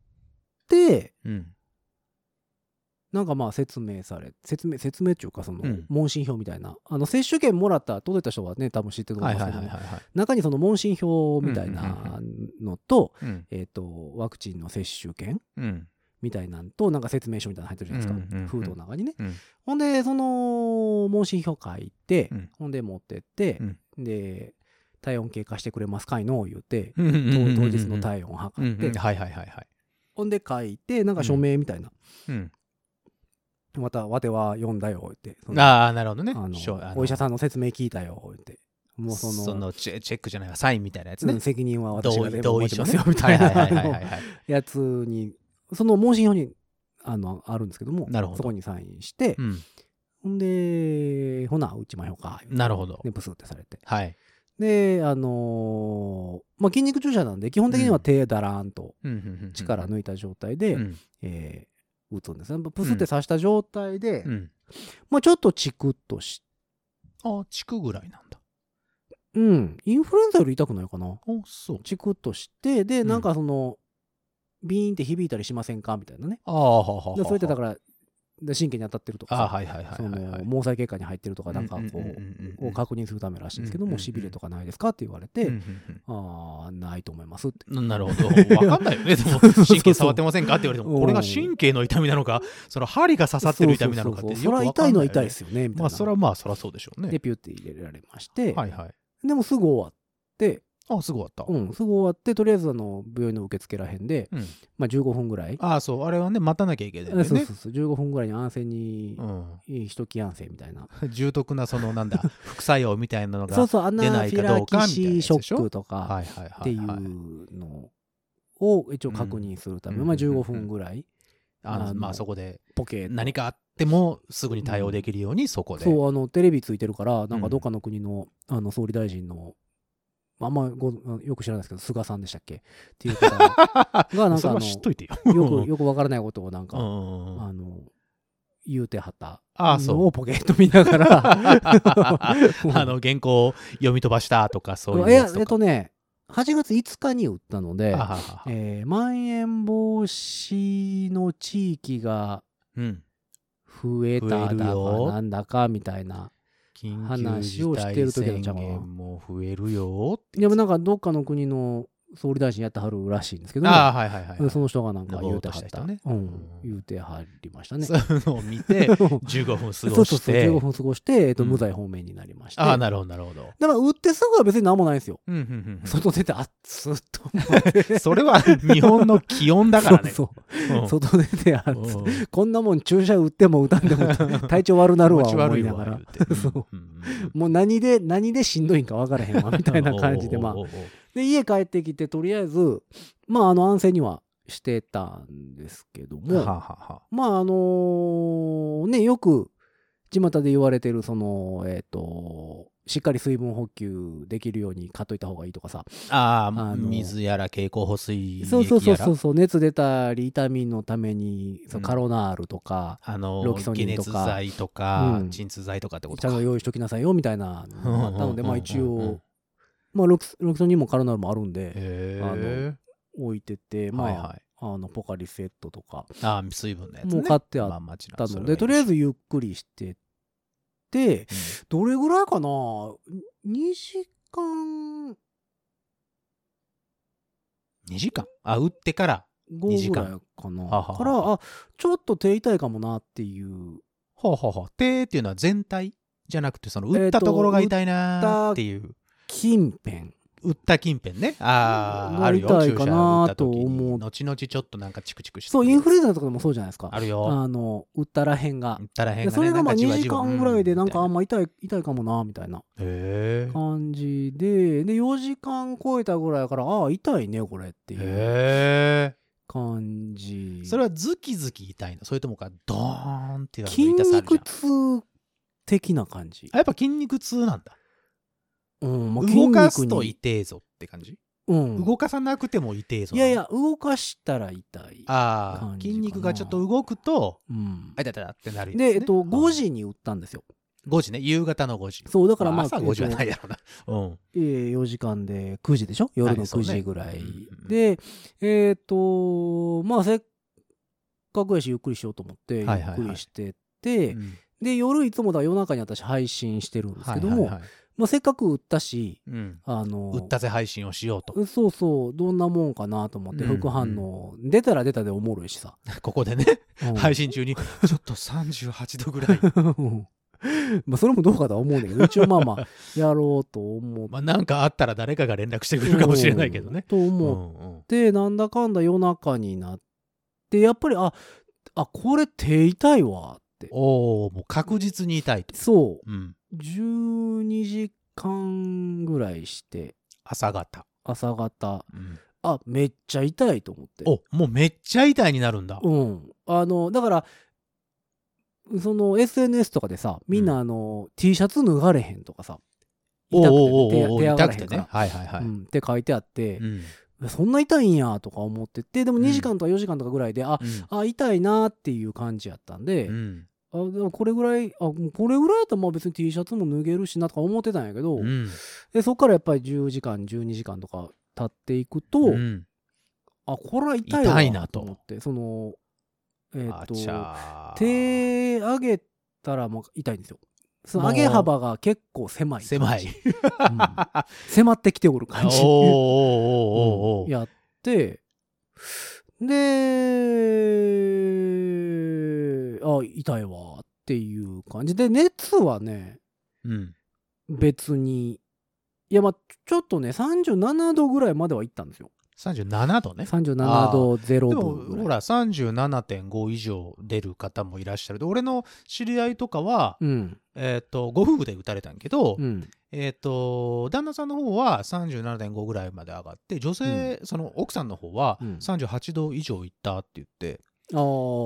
[SPEAKER 3] うん、
[SPEAKER 2] なんかまあ説明され説明説明っていうかその問診票みたいな、うん、あの接種券もらった届いた人はね多分知ってると思いますけど、中にその問診票みたいなのと、うんうんうん、えっとワクチンの接種券、うんみたいなんとなんか説明書みたいなの入ってるじゃないですか、うんうんうん、フードの中にね、うん、ほんでその問診票書いて、うん、ほんで持ってって、うん、で体温計貸してくれますかいの言うて、うんうんうんうん、当日の体温測って、うんうん、
[SPEAKER 3] はいはいはいはい、
[SPEAKER 2] ほんで書いてなんか署名みたいな、うんうん、またわては読んだよ言って、
[SPEAKER 3] ああなるほどね、
[SPEAKER 2] あのお医者さんの説明聞いたよ言って、もうその
[SPEAKER 3] そのチェックじゃないわサインみたいなやつね、
[SPEAKER 2] うん、責任は私が全部持ちますよみたいなやつにその問診票にあのあるんですけども、
[SPEAKER 3] なるほど
[SPEAKER 2] そこにサインして、うん、ほんでほな打ちましょうか。
[SPEAKER 3] なるほど。
[SPEAKER 2] でブスってされて、
[SPEAKER 3] はい。
[SPEAKER 2] であのー、まあ筋肉注射なんで基本的には手だらーんと力抜いた状態で、うん、えー、打つんですね。プスって刺した状態で、うん、まあちょっとチクッとし、
[SPEAKER 3] あ、チクぐらいなんだ。
[SPEAKER 2] うん、インフルエンザより痛くないかな。
[SPEAKER 3] そう。
[SPEAKER 2] チクッとしてで、なんかそのビーンって響いたりしませんかみたいなね。
[SPEAKER 3] ああ、はは。
[SPEAKER 2] でそういっただから神経に当たってるとか、
[SPEAKER 3] はいはいはい、
[SPEAKER 2] その毛細血管に入ってるとかなんかこうを確認するためらしいんですけども、しびれとかないですかって言われて、ああないと思いますって。
[SPEAKER 3] なるほど。分かんないよね。でも神経触ってませんかって言われても、これが神経の痛みなのか、その針が刺さってる痛みなのかってよく分かんないよね。
[SPEAKER 2] それは痛いのは痛いですよねみたいな。
[SPEAKER 3] まあそれはまあそりゃそうでしょうね。
[SPEAKER 2] でピュって入れられまして、
[SPEAKER 3] はいはい。
[SPEAKER 2] でもすぐ終わって。
[SPEAKER 3] あすぐ終わった。
[SPEAKER 2] うん、すぐ終わって、とりあえずあの病院の受付らへんで、うん、まあじゅうごふんぐらい。
[SPEAKER 3] ああ、そう、あれはね、待たなきゃいけないね。
[SPEAKER 2] そうそうそう、じゅうごふんぐらいに安静に、うん、一気安静みたいな。
[SPEAKER 3] 重篤な、その、なんだ、副作用みたいなのが出ないかどうかみたいなやつでしょ。そうそう、アナフィラキシーショックとかっていうのを一応確認するため、うん、まあじゅうごふんぐらい。 あまあそこで、ポケ何かあってもすぐに対応できるように、そこで。
[SPEAKER 2] そう、あの、テレビついてるから、なんかどっかの国の、あの、総理大臣の、あんまごよく知らないですけど菅さんでしたっけっていう方がなんかあの
[SPEAKER 3] 知っといてよ
[SPEAKER 2] よくよくわからないことをなんかあの言うてはったのをポケット見ながら
[SPEAKER 3] あの原稿を読み飛ばしたとかそういうやつとか。
[SPEAKER 2] えっとねはちがついつかに打ったので、えー、まん延防止の地域が増えただかなんだかみたいな。話をしてる時の
[SPEAKER 3] 宣言も増えるよって。
[SPEAKER 2] でもなんかどっかの国の総理大臣やってはるらしいんですけど、
[SPEAKER 3] あはいはいはい、
[SPEAKER 2] その人がなんか言うてはった、ねうん、言うてはりましたね。
[SPEAKER 3] そういうのを見てじゅうごふん過ごしてそうそうそう
[SPEAKER 2] じゅうごふん過ごして、えーとうん、無罪方面になりまして。
[SPEAKER 3] ああなるほどなるほど。
[SPEAKER 2] だから打ってすぐは別に何もないんですよ。うんうんうんうん、外出て熱っと思って
[SPEAKER 3] それは日本の気温だからね。
[SPEAKER 2] そうそう、うん、外出て熱っこんなもん注射打っても打たんでも体調悪なるわ思いながらもう何で何でしんどいんか分からへんわみたいな感じでまあで家帰ってきてとりあえずまああの安静にはしてたんですけどもはははまああのー、ねよく巷で言われてるそのえっ、ー、としっかり水分補給できるように買っといた方がいいとかさ
[SPEAKER 3] ああ水やら経口補水液やら
[SPEAKER 2] そうそうそうそうそう熱出たり痛みのために、うん、カロナールとか
[SPEAKER 3] あのロキソニンとか解熱剤とか、うん、鎮痛剤とかってことか
[SPEAKER 2] ちゃんと用意しときなさいよみたいなのがあったのでまあ一応まあロキソニンもカロナールもあるんであの置いててまあ、はいはい、あのポカリスエットとか
[SPEAKER 3] あ水分のやつ、ね、
[SPEAKER 2] もう買ってあったのでとりあえずゆっくりしてで、うん、どれぐらいかなにじかん
[SPEAKER 3] にじかんあ打ってからにじかん
[SPEAKER 2] ごぐらいかなははからあちょっと手痛いかもなっていう
[SPEAKER 3] ははは手っていうのは全体じゃなくてその打ったところが痛いなっていう、えー、
[SPEAKER 2] 近辺
[SPEAKER 3] 打った近辺ねあああるよ
[SPEAKER 2] 痛いかなと思う
[SPEAKER 3] 後々ちょっとなんかチクチクして
[SPEAKER 2] そうインフルエンザとかでもそうじゃないですか
[SPEAKER 3] あるよ
[SPEAKER 2] あの打ったらへんが
[SPEAKER 3] 打ったらへんが、ね、
[SPEAKER 2] それがまあにじかんぐらいでなんかあんま痛い痛いかもなみたいな感じででよじかん超えたぐらいからああ痛いねこれっていう感じ
[SPEAKER 3] それはズキズキ痛いのそれともかドーンっていう痛さあるじゃん筋
[SPEAKER 2] 肉痛的な感じ
[SPEAKER 3] あやっぱ筋肉痛なんだ
[SPEAKER 2] うんまあ、
[SPEAKER 3] 動かすと痛えぞって感じ、
[SPEAKER 2] うん、
[SPEAKER 3] 動かさなくても痛えぞ
[SPEAKER 2] いやいや動かしたら痛い
[SPEAKER 3] ああ筋肉がちょっと動くと、うん、あいたたってなるやつ、ね、
[SPEAKER 2] で、えっと、ごじに打ったんですよ
[SPEAKER 3] ごじね夕方のごじ
[SPEAKER 2] そうだからまあ、
[SPEAKER 3] 朝ごじはないやろな、うん、
[SPEAKER 2] えー、よじかんでくじでしょ夜のくじぐらい、はいねうん、でえっ、ー、とまあせっかくやしゆっくりしようと思ってゆっくりしてて、はいはいはいうん、で夜いつもだ夜中に私配信してるんですけども、はいはいはいまあ、せっかく売ったし、うん、あの
[SPEAKER 3] 売ったぜ配信をしようと
[SPEAKER 2] そうそうどんなもんかなと思って副反応、うんうん、出たら出たでおもろいしさ
[SPEAKER 3] ここでね、うん、配信中にちょっとさんじゅうはちどぐらい
[SPEAKER 2] まあそれもどうかとは思うんだけど一応まあまあやろうと思って
[SPEAKER 3] まあなんかあったら誰かが連絡してくれるかもしれないけどね、
[SPEAKER 2] うん、と思って、うんうん、なんだかんだ夜中になってやっぱりああこれ手痛いわって
[SPEAKER 3] おおもう確実に痛いと
[SPEAKER 2] そう、うんじゅうにじかんぐらいして
[SPEAKER 3] 朝方
[SPEAKER 2] 朝方、うん、 あ、めっちゃ痛いと思って。
[SPEAKER 3] お、もうめっちゃ痛いになるんだ。
[SPEAKER 2] うん。あの、だから、その エスエヌエス とかでさ、みんなあの、うん、T シャツ脱がれへんとかさ、
[SPEAKER 3] 痛くてね、手上がれへんから、
[SPEAKER 2] はいはいはい。うん、って書いてあって、うん、そんな痛いんやとか思ってて、でもにじかんとかよじかんとかぐらいで、うん、あ、うん、あ、痛いなっていう感じやったんで、うん、あ、でもこれぐらい、あ、これぐらいやったらまあ別に T シャツも脱げるしなとか思ってたんやけど、うん、でそっからやっぱりじゅうじかん、じゅうにじかんとか経っていくと、うん、あ、これは痛いわ
[SPEAKER 3] 痛いなと
[SPEAKER 2] 思って、その、えっと、手上げたらもう痛いんですよ。その上げ幅が結構狭い。
[SPEAKER 3] 狭い。うん、
[SPEAKER 2] 迫ってきておる感じ。
[SPEAKER 3] おーおーおーおー、
[SPEAKER 2] うん、やって、で、あ、痛いわっていう感じで、熱はね、うん、別に、いやまあちょっとね、さんじゅうななどぐらいまではいったんですよ。
[SPEAKER 3] さんじゅうななどね。
[SPEAKER 2] さんじゅうななどぜろぶぐらい。
[SPEAKER 3] でもほら さんじゅうななてんご 以上出る方もいらっしゃる。で俺の知り合いとかは、うん、えっとご夫婦で打たれたんけど、うん、えっと旦那さんの方は さんじゅうななてんご ぐらいまで上がって、女性、うん、その奥さんの方はさんじゅうはちど以上いったって言って、うん、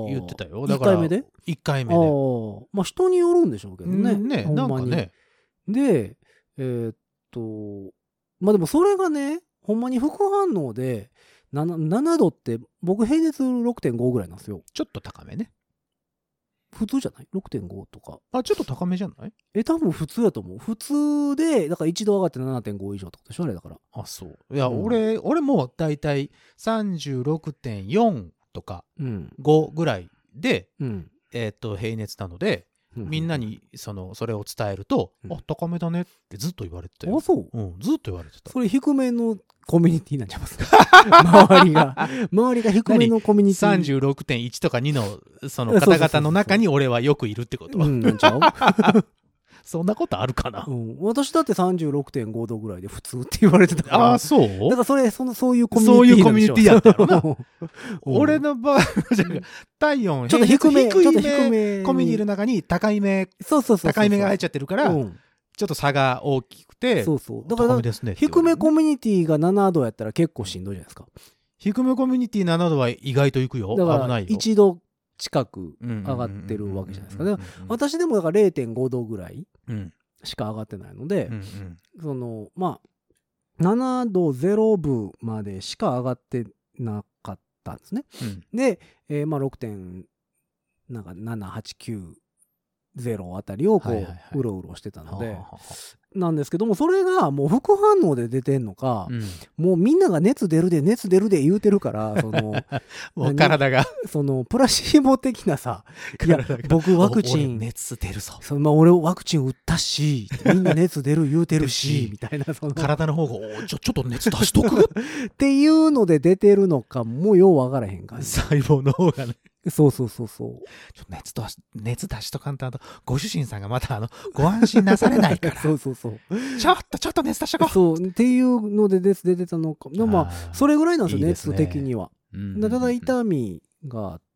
[SPEAKER 3] 言ってたよ。だから
[SPEAKER 2] いっかいめで
[SPEAKER 3] いっかいめで。
[SPEAKER 2] まあ人によるんでしょうけどね。
[SPEAKER 3] うん、ね、なんかね。
[SPEAKER 2] で、えー、っとまあでもそれがね、ほんまに副反応でなな, ななどって僕平熱 ろくてんご ぐらいなんですよ。
[SPEAKER 3] ちょっと高めね。
[SPEAKER 2] 普通じゃない ?ろくてんご とか。
[SPEAKER 3] あ、ちょっと高めじゃない？
[SPEAKER 2] え、多分普通やと思う。普通で、だから一度上がって ななてんご 以上ってことでしょあれだから。
[SPEAKER 3] あ、そう。いや、うん、俺、俺もだいたい さんじゅうろくてんよん とかごぐらいで、うん、えー、っと、平熱なので、みんなにそのそれを伝えると、うん、あ、高めだねってずっと言われてたよ。
[SPEAKER 2] あ、そう、
[SPEAKER 3] うん、ずっと言われてた。
[SPEAKER 2] それ低めのコミュニティなんちゃいますか周りが周りが低めのコミュニティ
[SPEAKER 3] さんじゅうろくてんいち とかにのその方々の中に俺はよくいるってこと。
[SPEAKER 2] うん、なんちゃう
[SPEAKER 3] そんなことあるかな、
[SPEAKER 2] うん、私だって さんじゅうろくてんご 度ぐらいで普通って言われてたから。
[SPEAKER 3] ああ、そう。
[SPEAKER 2] だからそれそのそういうコミュニティ
[SPEAKER 3] そういうコミュニティやったろな俺の場合体温
[SPEAKER 2] ちょっと低め
[SPEAKER 3] 低いめコミュニティの中に高いめ高いめが入っちゃってるから、うん、ちょっと差が大きくて、
[SPEAKER 2] そうそう、だから低めコミュニティがななどやったら結構しんどいじゃないですか。
[SPEAKER 3] 低めコミュニティななどは意外といくよ。
[SPEAKER 2] だから
[SPEAKER 3] 危ないよ。
[SPEAKER 2] いちど近く上がってるわけじゃないですか。だから私でもだから れいてんご 度ぐらいしか上がってないので、うんうん、そのまあななどぜろぶまでしか上がってなかったんですね。うん、で、えー、まあ ろくてんななはちきゅうゼロあたりをこう、はいはいはい、うろうろしてたので、はあはあ、なんですけども、それがもう副反応で出てんのか、うん、もうみんなが熱出るで熱出るで言うてるからその
[SPEAKER 3] もう体が
[SPEAKER 2] そのプラシーボ的なさ、いや僕ワクチン
[SPEAKER 3] 熱出るぞ、
[SPEAKER 2] その、まあ、俺ワクチン打ったしみんな熱出る言うてるしみたいな、その
[SPEAKER 3] 体の方がおちょちょっと熱出しとく
[SPEAKER 2] っていうので出てるのかもうよう分からへん感じ。
[SPEAKER 3] 細胞の方がね。
[SPEAKER 2] そうそうそうそう。
[SPEAKER 3] ちょっと熱と熱出しとかんと、あとご主人さんがまたあのご安心なされないから。
[SPEAKER 2] そうそうそう。
[SPEAKER 3] ちょっとちょっと熱出しとこう。
[SPEAKER 2] そうっていうので熱出てたのか。でもまあそれぐらいなんですよ、熱的には。うん、ただ痛みがあって、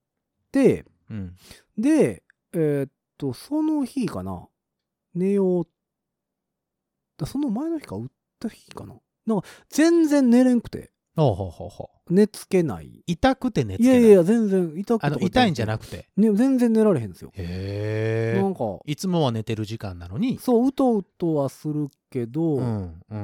[SPEAKER 2] うん、でえー、っとその日かな、寝よう、その前の日か打った日かな、なんか全然寝れんくて。
[SPEAKER 3] ほうほうほうほう、
[SPEAKER 2] 寝つけない。
[SPEAKER 3] 痛くて寝つけない。
[SPEAKER 2] いやいや全然痛くて、
[SPEAKER 3] あの痛いんじゃなくて、
[SPEAKER 2] ね、全然寝られへんんですよ。
[SPEAKER 3] へえ。なんかいつもは寝てる時間なのに、
[SPEAKER 2] そううとうとはするけど、うんうんうん、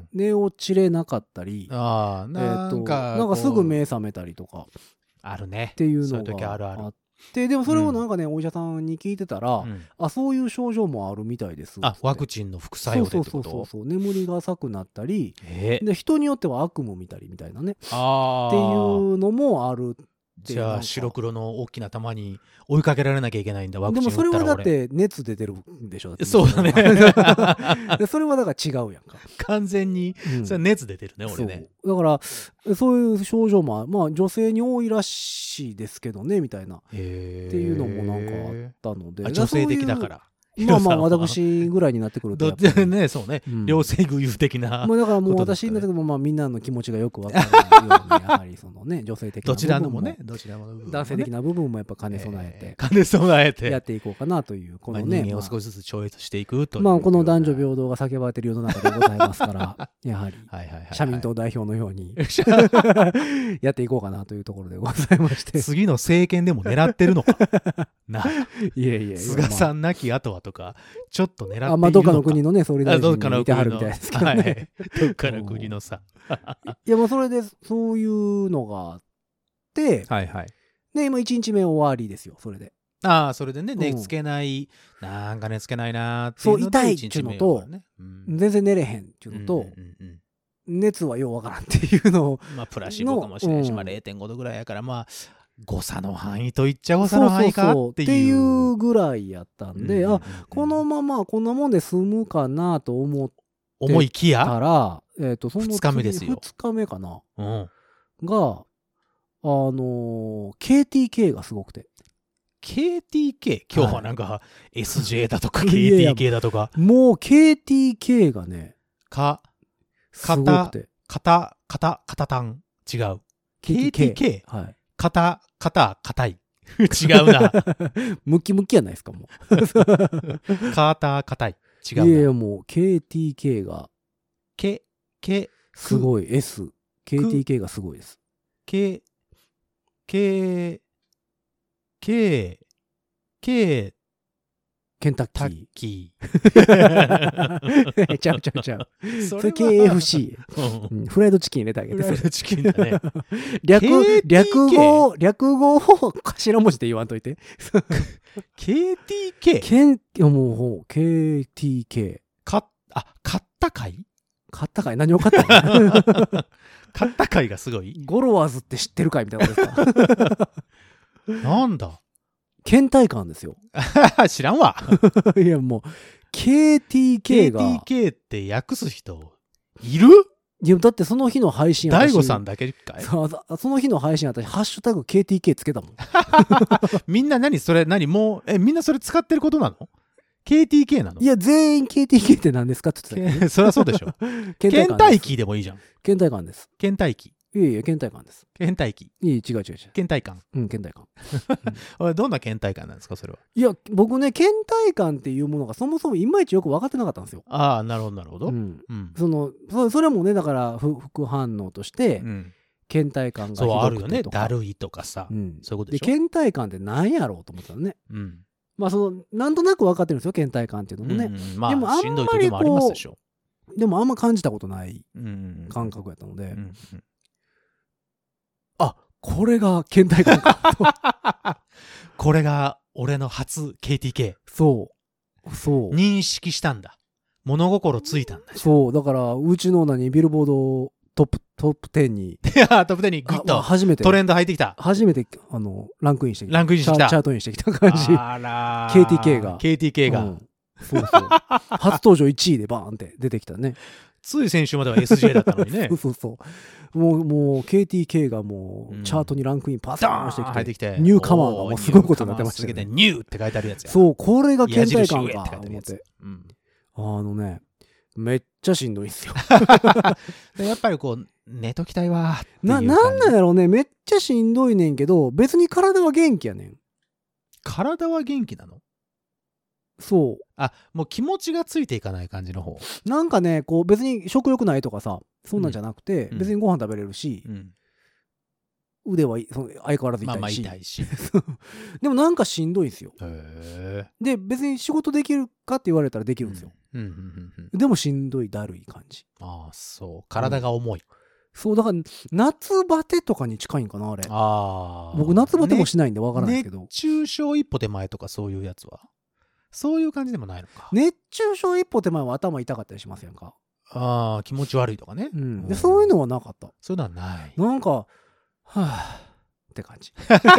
[SPEAKER 2] 寝落ちれなかったり、あ、なんか、えー、なんかすぐ目覚めたりとか
[SPEAKER 3] あるね
[SPEAKER 2] っていうのが
[SPEAKER 3] そういう時あるある。
[SPEAKER 2] で, でもそれをなんかね、うん、お医者さんに聞いてたら、うん、あ、そういう症状もあるみたいです。
[SPEAKER 3] あ、ワクチンの副作用でってこと？
[SPEAKER 2] そうそうそうそう、眠りが浅くなったり、で人によっては悪夢見たりみたいなね、あっていうのもある。
[SPEAKER 3] じゃあ白黒の大きな球に追いかけられなきゃいけないんだ、ワクチン打ったら。
[SPEAKER 2] でもそれはだって熱出てるんでしょ。だって
[SPEAKER 3] そうだね
[SPEAKER 2] でそれはだから違うやんか、
[SPEAKER 3] 完全に、うん、それ熱出てるね、俺ね。
[SPEAKER 2] だからそういう症状もまあ女性に多いらしいですけどねみたいなっていうのもなんかあったので、
[SPEAKER 3] 女性的だから。
[SPEAKER 2] まあまあ私ぐらいになってくると
[SPEAKER 3] どっちね、そうね、両性具有的な、
[SPEAKER 2] まあだからもう私になってもまあみんなの気持ちがよくわかるようにやはりそのね女性的な
[SPEAKER 3] どちらのもね、どちらの
[SPEAKER 2] 男性的な部分もやっぱ兼ね備えて
[SPEAKER 3] 兼ね備えて
[SPEAKER 2] やっていこうかなというこのね
[SPEAKER 3] 人間を少しずつ超越していくという
[SPEAKER 2] まあこの男女平等が叫ばれている世の中でございますからやはり社民党代表のようにやっていこうかなというところでございまして
[SPEAKER 3] 次の政権でも狙ってるのか
[SPEAKER 2] いやいや
[SPEAKER 3] 菅さん亡き後はとかちょっと狙っているのか、
[SPEAKER 2] まあどっかの国のね総理大臣にいてはるみたいですけどね
[SPEAKER 3] どっかの国のさ
[SPEAKER 2] いやもうそれでそういうのがあって
[SPEAKER 3] はいはい
[SPEAKER 2] で今いちにちめ終わりですよそれで
[SPEAKER 3] ああそれでね寝つけない、うん、なんか寝つけないなーっていうので
[SPEAKER 2] そう痛いっていうのと、ねうん、全然寝れへんっていうのと、うんうんうん熱はようわからんっていうのを
[SPEAKER 3] まあプラシボかもしれんし、うん、まあ れいてんごどぐらいやからまあ誤差の範囲といっちゃ誤差の範囲かっていう。
[SPEAKER 2] っていうぐらいやったんで、うんうんうん、あこのままこんなもんで済むかなと思って
[SPEAKER 3] 思いきや
[SPEAKER 2] たら、えーと、その
[SPEAKER 3] ふつかめですよ。
[SPEAKER 2] ふつかめかな、
[SPEAKER 3] うん、
[SPEAKER 2] が、あのー、ケーティーケー がすごくて。
[SPEAKER 3] ケーティーケー? 今日はなんか、はい、エスジェー だとか ケーティーケー だとか。
[SPEAKER 2] もう ケーティーケー がね、
[SPEAKER 3] か、
[SPEAKER 2] すごくて。
[SPEAKER 3] 肩、肩、肩単違う。ケーティーケー?
[SPEAKER 2] はい。
[SPEAKER 3] 肩、肩、硬い。違うな。
[SPEAKER 2] ムキムキやないですか、も
[SPEAKER 3] う。肩、硬い。違うな。
[SPEAKER 2] いやいや、もう ケーティーケー が。
[SPEAKER 3] ケ、ケ、
[SPEAKER 2] すごい。S。ケーティーケー がすごいです。
[SPEAKER 3] ケ、ケ、ケ、ケ、
[SPEAKER 2] ケンタッ
[SPEAKER 3] タッキ
[SPEAKER 2] ー。ちゃうちゃうちゃう。それ ケーエフシー、うん。フライドチキン入れてあげて。
[SPEAKER 3] フライドチキンだね。
[SPEAKER 2] 略、略語、略語を頭文字で言わんといて。
[SPEAKER 3] ケーティーケー?
[SPEAKER 2] ケン、もう、ケーティーケー。
[SPEAKER 3] か、あ、買ったかい
[SPEAKER 2] 買ったかい何を買ったの
[SPEAKER 3] 買ったかいがすごい
[SPEAKER 2] ゴロワーズって知ってるかいみたいなことですか
[SPEAKER 3] なんだ
[SPEAKER 2] 倦怠感ですよ。
[SPEAKER 3] 知らんわ。
[SPEAKER 2] いやもう、ケーティーケー が。
[SPEAKER 3] ケーティーケー って訳す人、いる
[SPEAKER 2] いや、だってその日の配信
[SPEAKER 3] 大悟さんだけかい
[SPEAKER 2] そ, その日の配信私、ハッシュタグ ケーティーケー つけたもん。
[SPEAKER 3] みんな何それ、何もう、え、みんなそれ使ってることなの ?ケーティーケー なの
[SPEAKER 2] いや、全員 ケーティーケー って何ですかって言ってた、
[SPEAKER 3] ね、そりゃそうでしょ。倦怠期でもいいじゃん。
[SPEAKER 2] 倦怠感です。
[SPEAKER 3] 倦怠期。
[SPEAKER 2] いやいや、倦怠感です。
[SPEAKER 3] 倦怠期。
[SPEAKER 2] いや、違う違う違う。
[SPEAKER 3] 倦怠感。
[SPEAKER 2] うん、倦怠感。
[SPEAKER 3] うん、どんな倦怠感なんですか、それは。
[SPEAKER 2] いや、僕ね、倦怠感っていうものがそもそもいまいちよく分かってなかったんですよ。
[SPEAKER 3] ああ、なるほど、なるほど。
[SPEAKER 2] うんうん、そのそ、それもね、だから副反応として、うん、倦怠感がひどくてとか。
[SPEAKER 3] そう、あるよね。だるいとかさ。うん、そういうことでしょ。
[SPEAKER 2] で、倦怠感って何やろうと思ったのね。うん。まあ、その、なんとなく分かってるんですよ、倦怠感っていうのもね。うんうん、まあ、でもあんまりこう、しんどい時もありますでしょ。でもあんま感じたことない感覚やったので。うんうんうん、あ、これが倦怠感か。
[SPEAKER 3] これが俺の初 ケーティーケー。
[SPEAKER 2] そう。そう。
[SPEAKER 3] 認識したんだ。物心ついたんだ。
[SPEAKER 2] そう。だから、うちの何、ビルボードトップ、トップじゅうに。
[SPEAKER 3] いや、トップじゅうにグッと。初めて。トレンド入ってきた。
[SPEAKER 2] 初めて、あの、ランクインしてきた。
[SPEAKER 3] ランクインしてきた。
[SPEAKER 2] チャートインしてきた感じ。
[SPEAKER 3] あらー。
[SPEAKER 2] ケーティーケー が。
[SPEAKER 3] ケーティーケー が。うん、
[SPEAKER 2] そうそう。初登場いちいでバーンって出てきたね。
[SPEAKER 3] つい先週までは エスジェー だったのにね。
[SPEAKER 2] そうそうそう。もう、もう、ケーティーケー がもう、チャートにランクインパスーンしてきて、
[SPEAKER 3] 入ってきて
[SPEAKER 2] ニューカマーがもうすごいことになってましたね。
[SPEAKER 3] ニューって書いてあるやつや。
[SPEAKER 2] そう、これが倦怠感かと思って。うん、あのね、めっちゃしんどいんですよ。
[SPEAKER 3] やっぱりこう、寝ときたいわー
[SPEAKER 2] な、なんなんやろうね。めっちゃしんどいねんけど、別に体は元気やねん。
[SPEAKER 3] 体は元気なの？
[SPEAKER 2] そう。
[SPEAKER 3] あ、もう気持ちがついていかない感じの方。
[SPEAKER 2] なんかね、こう別に食欲ないとかさ、そんなんじゃなくて、うん、別にご飯食べれるし、うん、腕はその相変わらず痛いし。まあまあ痛いし。でもなんかしんどいんですよ。へー。で、別に仕事できるかって言われたらできるんですよ。うんうんうんうん、でもしんどい、だるい感じ。
[SPEAKER 3] ああ、そう。体が重い。うん、
[SPEAKER 2] そう、だから夏バテとかに近いんかな、あれ。ああ。僕夏バテもしないんでわからないけど、ね。
[SPEAKER 3] 熱中症一歩手前とかそういうやつはそういう感じでもないのか。
[SPEAKER 2] 熱中症一歩手前は頭痛かったりしますやんか。
[SPEAKER 3] ああ、気持ち悪いとかね、
[SPEAKER 2] うん。で。そういうのはなかった。
[SPEAKER 3] そういうのはない。
[SPEAKER 2] なんか、はぁ、って感じ。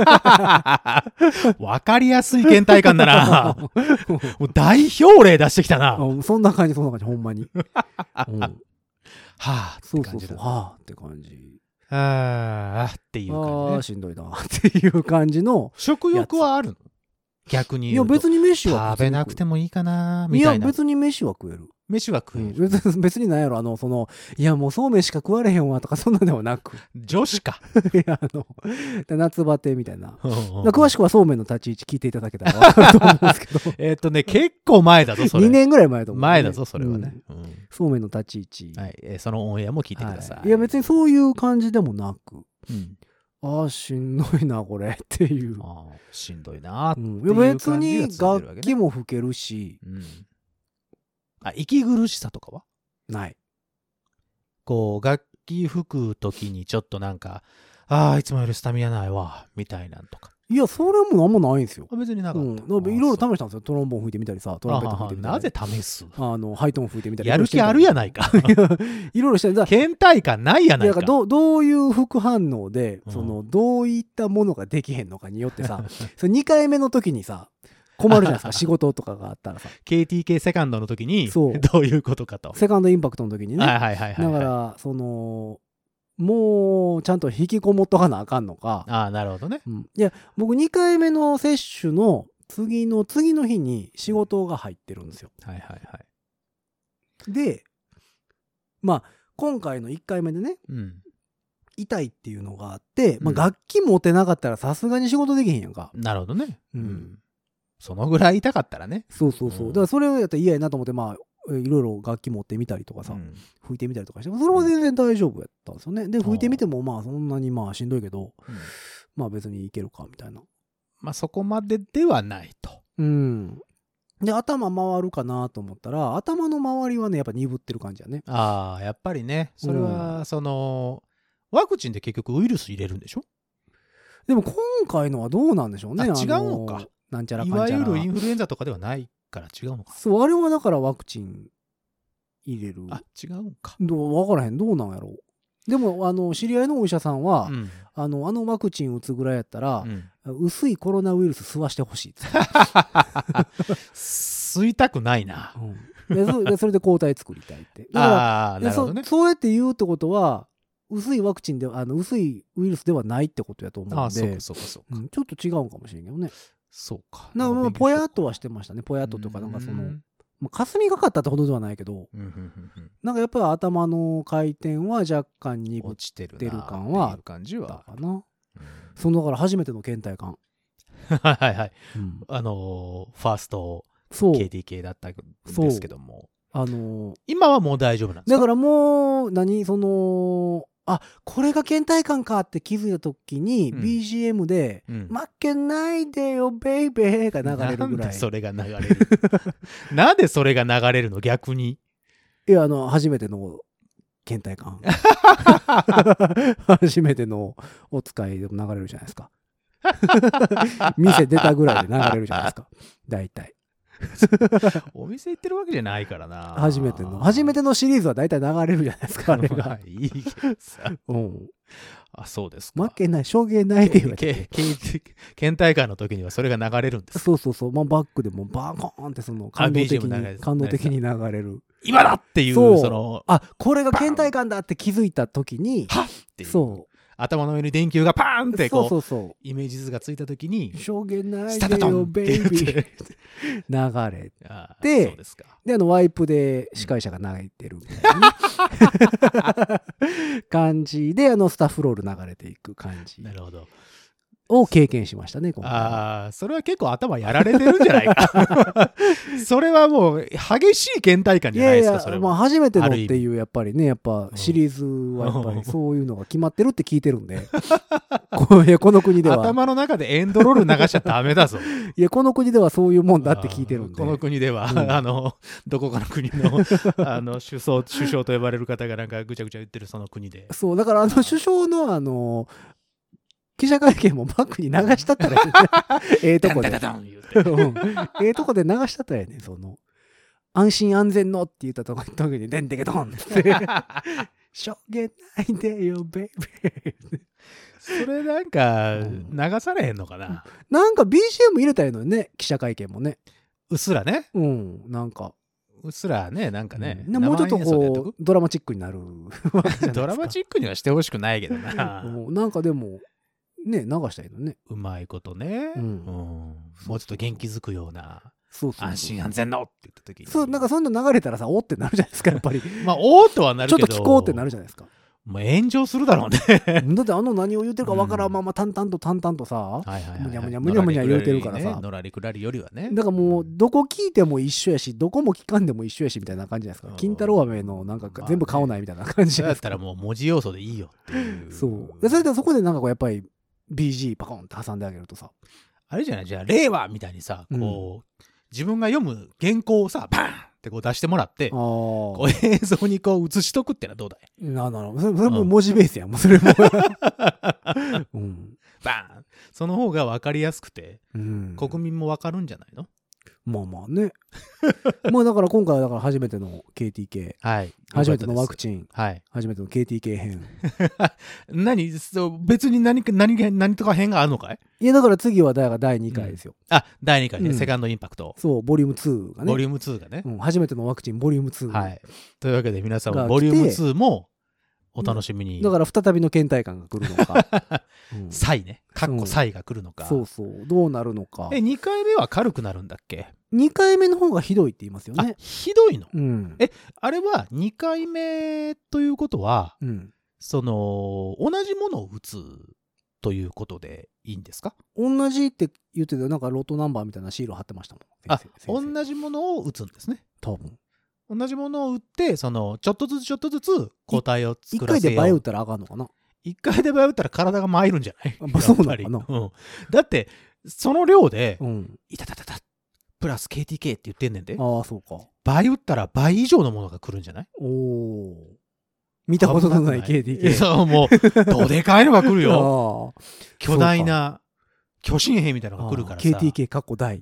[SPEAKER 3] わかりやすい倦怠感だな。もう代表例出してきたな。
[SPEAKER 2] そんな感じ、そんな感じ、ほんまに。うん、
[SPEAKER 3] はぁって感じだ。
[SPEAKER 2] そうそうそう、はぁって感じ。
[SPEAKER 3] あーっていう感じ、ね。
[SPEAKER 2] あーしんどいなっていう感じの。
[SPEAKER 3] 食欲はあるの？ 逆に
[SPEAKER 2] いや別に飯は
[SPEAKER 3] 食べなくてもいいかなみたいな。
[SPEAKER 2] いや別に飯は食える。
[SPEAKER 3] 飯は食える。
[SPEAKER 2] うん、別に別に何やろあのそのいやもうそうめんしか食われへんわとかそんなではなく。
[SPEAKER 3] 女子か。
[SPEAKER 2] いやあの夏バテみたいな。詳しくはそうめんの立ち位置聞いていただけたら分かると思うんですけど。
[SPEAKER 3] えっとね結構前だぞそれ。
[SPEAKER 2] にねんぐらい前だと思う、ね。
[SPEAKER 3] 前だぞそれはね。
[SPEAKER 2] うんうん、そうめんの立ち位置。
[SPEAKER 3] はい、えー、そのオンエアも聞いてください。
[SPEAKER 2] はい、いや別にそういう感じでもなく。
[SPEAKER 3] うん
[SPEAKER 2] ああしんどいなこれっていう。
[SPEAKER 3] あしんどいなっていう
[SPEAKER 2] 感じが、うん、別に楽器も吹けるし、
[SPEAKER 3] うん、あ息苦しさとかは
[SPEAKER 2] ない。
[SPEAKER 3] こう楽器吹くときにちょっとなんかああいつもよりスタミナないわみたいなんとか。
[SPEAKER 2] いやそれもなんもないんですよ。
[SPEAKER 3] 別になかった。
[SPEAKER 2] いろいろ試したんですよ。トロンボーン吹いてみたりさ、トランペット吹いてみたり。
[SPEAKER 3] なぜ試す？
[SPEAKER 2] あのハイトーン吹いてみたり。
[SPEAKER 3] やる気あるやないか。
[SPEAKER 2] いろいろしてる。
[SPEAKER 3] 倦怠感ないやないか。
[SPEAKER 2] どどういう副反応で、うん、そのどういったものができへんのかによってさ、そにかいめの時にさ。困るじゃないですか仕事とかがあったらさ
[SPEAKER 3] ケーティーケー セカンドの時にどういうことかと
[SPEAKER 2] セカンドインパクトの時にね、
[SPEAKER 3] はいはいはいはい、
[SPEAKER 2] だからそのもうちゃんと引きこもっとかなあかんのか。
[SPEAKER 3] ああなるほどね、
[SPEAKER 2] うん、いや僕にかいめの接種の次の次の日に仕事が入ってるんですよ。
[SPEAKER 3] はいはいはい。
[SPEAKER 2] でまあ今回のいっかいめでね、
[SPEAKER 3] うん、
[SPEAKER 2] 痛いっていうのがあって、まあ、楽器持ってなかったらさすがに仕事できへんやんか。
[SPEAKER 3] なるほどね、
[SPEAKER 2] うん、
[SPEAKER 3] そのぐらい痛かったらね。
[SPEAKER 2] そうそうそう、うん、だからそれをやったら嫌やなと思ってまあいろいろ楽器持ってみたりとかさ、うん、吹いてみたりとかしてそれは全然大丈夫やったんですよね。で吹いてみてもまあそんなにまあしんどいけど、うん、まあ別にいけるかみたいな。
[SPEAKER 3] まあそこまでではないと。
[SPEAKER 2] うんで頭回るかなと思ったら頭の周りはねやっぱ鈍ってる感じやね。
[SPEAKER 3] ああやっぱりねそれは、うん、そのワクチンで結局ウイルス入れるんでしょ。
[SPEAKER 2] でも今回のはどうなんでしょうね。
[SPEAKER 3] あ違うのか。
[SPEAKER 2] なんちゃらかんちゃら。
[SPEAKER 3] いわゆるインフルエンザとかではないから違うのか。
[SPEAKER 2] そうあれはだからワクチン入れる。
[SPEAKER 3] あ違うんか。
[SPEAKER 2] どう分からへんどうなんやろう。でもあの知り合いのお医者さんは、うん、あのあのワクチン打つぐらいやったら、うん、薄いコロナウイルス吸わしてほしいって
[SPEAKER 3] 吸いたくないな、
[SPEAKER 2] うん、で そ, でそれで抗体作りたいってだからあなるほど、ね、そ, そうやって言うってことは薄いワクチンであの薄いウイルスではないってことやと思うんで、あそうかそうかそうか、うん、ちょっと違うかもしれんけどね。
[SPEAKER 3] そうか。
[SPEAKER 2] なんかもうぽやっとはしてましたね。ぽやっととかなんかそのまあ、霞がかったってほどではないけど、うんうんうんうん、なんかやっぱり頭の回転は若干鈍ってる感はあったかな。うん、そのだから初めての倦怠感。
[SPEAKER 3] はいはい、うん、あのー、ファースト ケーティーケー だったんですけども、あのー、今はもう大丈夫なんですか？
[SPEAKER 2] だからもう何そのあこれが倦怠感かって気づいた時に、うん、ビージーエム で、うん、負けないでよベイベーが流れるぐらい。
[SPEAKER 3] なんでそれが流れるなんでそれが流れるの逆に。
[SPEAKER 2] いやあの初めての倦怠感初めてのお使いでも流れるじゃないですか店出たぐらいで流れるじゃないですか大体
[SPEAKER 3] お店行ってるわけじゃないからな。
[SPEAKER 2] 初めての初めてのシリーズは大体流れるじゃないですかあれが
[SPEAKER 3] いいけどさ、うん、あそうですか。
[SPEAKER 2] 負けないしょげないで言われて
[SPEAKER 3] 倦怠感の時にはそれが流れるんです。
[SPEAKER 2] そうそうそう、まあ、バックでもバーコーンってその感動的に感動的に流れる
[SPEAKER 3] 今だっていうそその
[SPEAKER 2] あこれが倦怠感だって気づいた時に
[SPEAKER 3] はっっていう
[SPEAKER 2] そう
[SPEAKER 3] 頭の上に電球がパーンってこう
[SPEAKER 2] そうそうそう
[SPEAKER 3] イメージ図がついた時に
[SPEAKER 2] しょうげないでよベイビー流れて
[SPEAKER 3] そうですか。
[SPEAKER 2] であのワイプで司会者が泣いてるみたいな、ね、感じであのスタッフロール流れていく感じ。
[SPEAKER 3] なるほど
[SPEAKER 2] を経験しましたね今回。
[SPEAKER 3] ああそれは結構頭やられてるんじゃないかそれはもう激しい倦怠感じゃないですか。いやいやそれは
[SPEAKER 2] まあ初めてのっていうやっぱりねやっぱシリーズはやっぱりそういうのが決まってるって聞いてるんでこ, いやこの国では
[SPEAKER 3] 頭の中でエンドロール流しちゃダメだぞ
[SPEAKER 2] いやこの国ではそういうもんだって聞いてるんで
[SPEAKER 3] この国では、うん、あのどこかの国のあの首相首相と呼ばれる方がなんかぐちゃぐちゃ言ってるその国で
[SPEAKER 2] そうだからあの首相のあの記者会見もバックに流したったらええとこでええとこで流したったらやねその安心安全のって言ったとこにでんでけどんってしょげないでよベイベー
[SPEAKER 3] それなんか流されへんのかな、
[SPEAKER 2] うん、なんか ビージーエム 入れたいのよね記者会見もね
[SPEAKER 3] うっすらね
[SPEAKER 2] うんなんか
[SPEAKER 3] うっすらねなんかね、
[SPEAKER 2] うん、もうちょっとこうドラマチックになる
[SPEAKER 3] ドラマチックにはしてほしくないけどな
[SPEAKER 2] なんかでもね流したらいいのね。
[SPEAKER 3] うまいことね、うんうん、もうちょっと元気づくような。そうそうそう、安心安全のって言った時に、
[SPEAKER 2] そうなんかそういうの流れたらさおってなるじゃないですかやっぱり。
[SPEAKER 3] まあおーとはなるけど、
[SPEAKER 2] ちょっと聞こうってなるじゃないですか。
[SPEAKER 3] もう炎上するだろうね。
[SPEAKER 2] だってあの何を言うてるかわからんまま淡々と淡々とさ、むにゃむにゃむにゃむにゃ言うてるからさ、
[SPEAKER 3] のらりくらりよりはね。
[SPEAKER 2] だからもうどこ聞いても一緒やしどこも聞かんでも一緒やしみたいな感じじゃないですか。金太郎飴のなんか全部顔ないみたいな感じじゃないですか。
[SPEAKER 3] だったらもう文字要素でいいよっていう。
[SPEAKER 2] そうでそれでそこでなんかこうやっぱり ビージー パコンって挟んであげるとさ、
[SPEAKER 3] あれじゃないじゃあ令和みたいにさこう、うん、自分が読む原稿をさバーンってこう出してもらってこう映像にこう映しとくってのはどうだい？
[SPEAKER 2] なるほど。それも文字ベースやん、もうそれも、
[SPEAKER 3] うん、バーンその方が分かりやすくて、うん、国民も分かるんじゃないの？
[SPEAKER 2] まあまあね。まあだから今回はだから初めての ケーティーケー、はい、初めてのワクチン、はい、初めての ケーティーケー 編。
[SPEAKER 3] 何そう別に何か何か何とか編があるのかい？
[SPEAKER 2] いやだから次はだからだいにかいですよ。
[SPEAKER 3] うん、あだいにかいね、うん、セカンドインパクト。
[SPEAKER 2] そうボリュームツーがね。
[SPEAKER 3] ボリュームツーがね、
[SPEAKER 2] うん、初めてのワクチンボリュームツー。
[SPEAKER 3] はい。というわけで皆さんもボリュームツーもお楽しみに。
[SPEAKER 2] だから再びの倦怠感が来るのか。
[SPEAKER 3] サイね。かっこサイが来るのか、
[SPEAKER 2] うん。そうそう。どうなるのか。
[SPEAKER 3] え、にかいめは軽くなるんだっけ？
[SPEAKER 2] にかいめの方がひどいって言いますよね。
[SPEAKER 3] あ、ひどいの？
[SPEAKER 2] うん。
[SPEAKER 3] え、あれはにかいめということは、うん、その、同じものを打つということでいいんですか？
[SPEAKER 2] 同じって言ってたなんかロットナンバーみたいなシール貼ってましたもん。
[SPEAKER 3] あ、同じものを打つんですね。
[SPEAKER 2] 多分。
[SPEAKER 3] 同じものを打って、その、ちょっとずつちょっとずつ抗体を作らせよう。
[SPEAKER 2] いっかいで倍打ったらあかんのかな？
[SPEAKER 3] いっかいで倍打ったら体が参るんじゃない？
[SPEAKER 2] あ、そうなのかな？
[SPEAKER 3] うん。だって、その量で、うん、いたたたた、プラス ケーティーケー って言ってんねんで。
[SPEAKER 2] ああ、そうか。
[SPEAKER 3] 倍打ったら倍以上のものが来るんじゃない？
[SPEAKER 2] おお。見たことのない ケーティーケー。
[SPEAKER 3] そう、もう、どでかいのが来るよ。巨大な巨神兵みたいなのが来るからさ。
[SPEAKER 2] ケーティーケー かっこ大。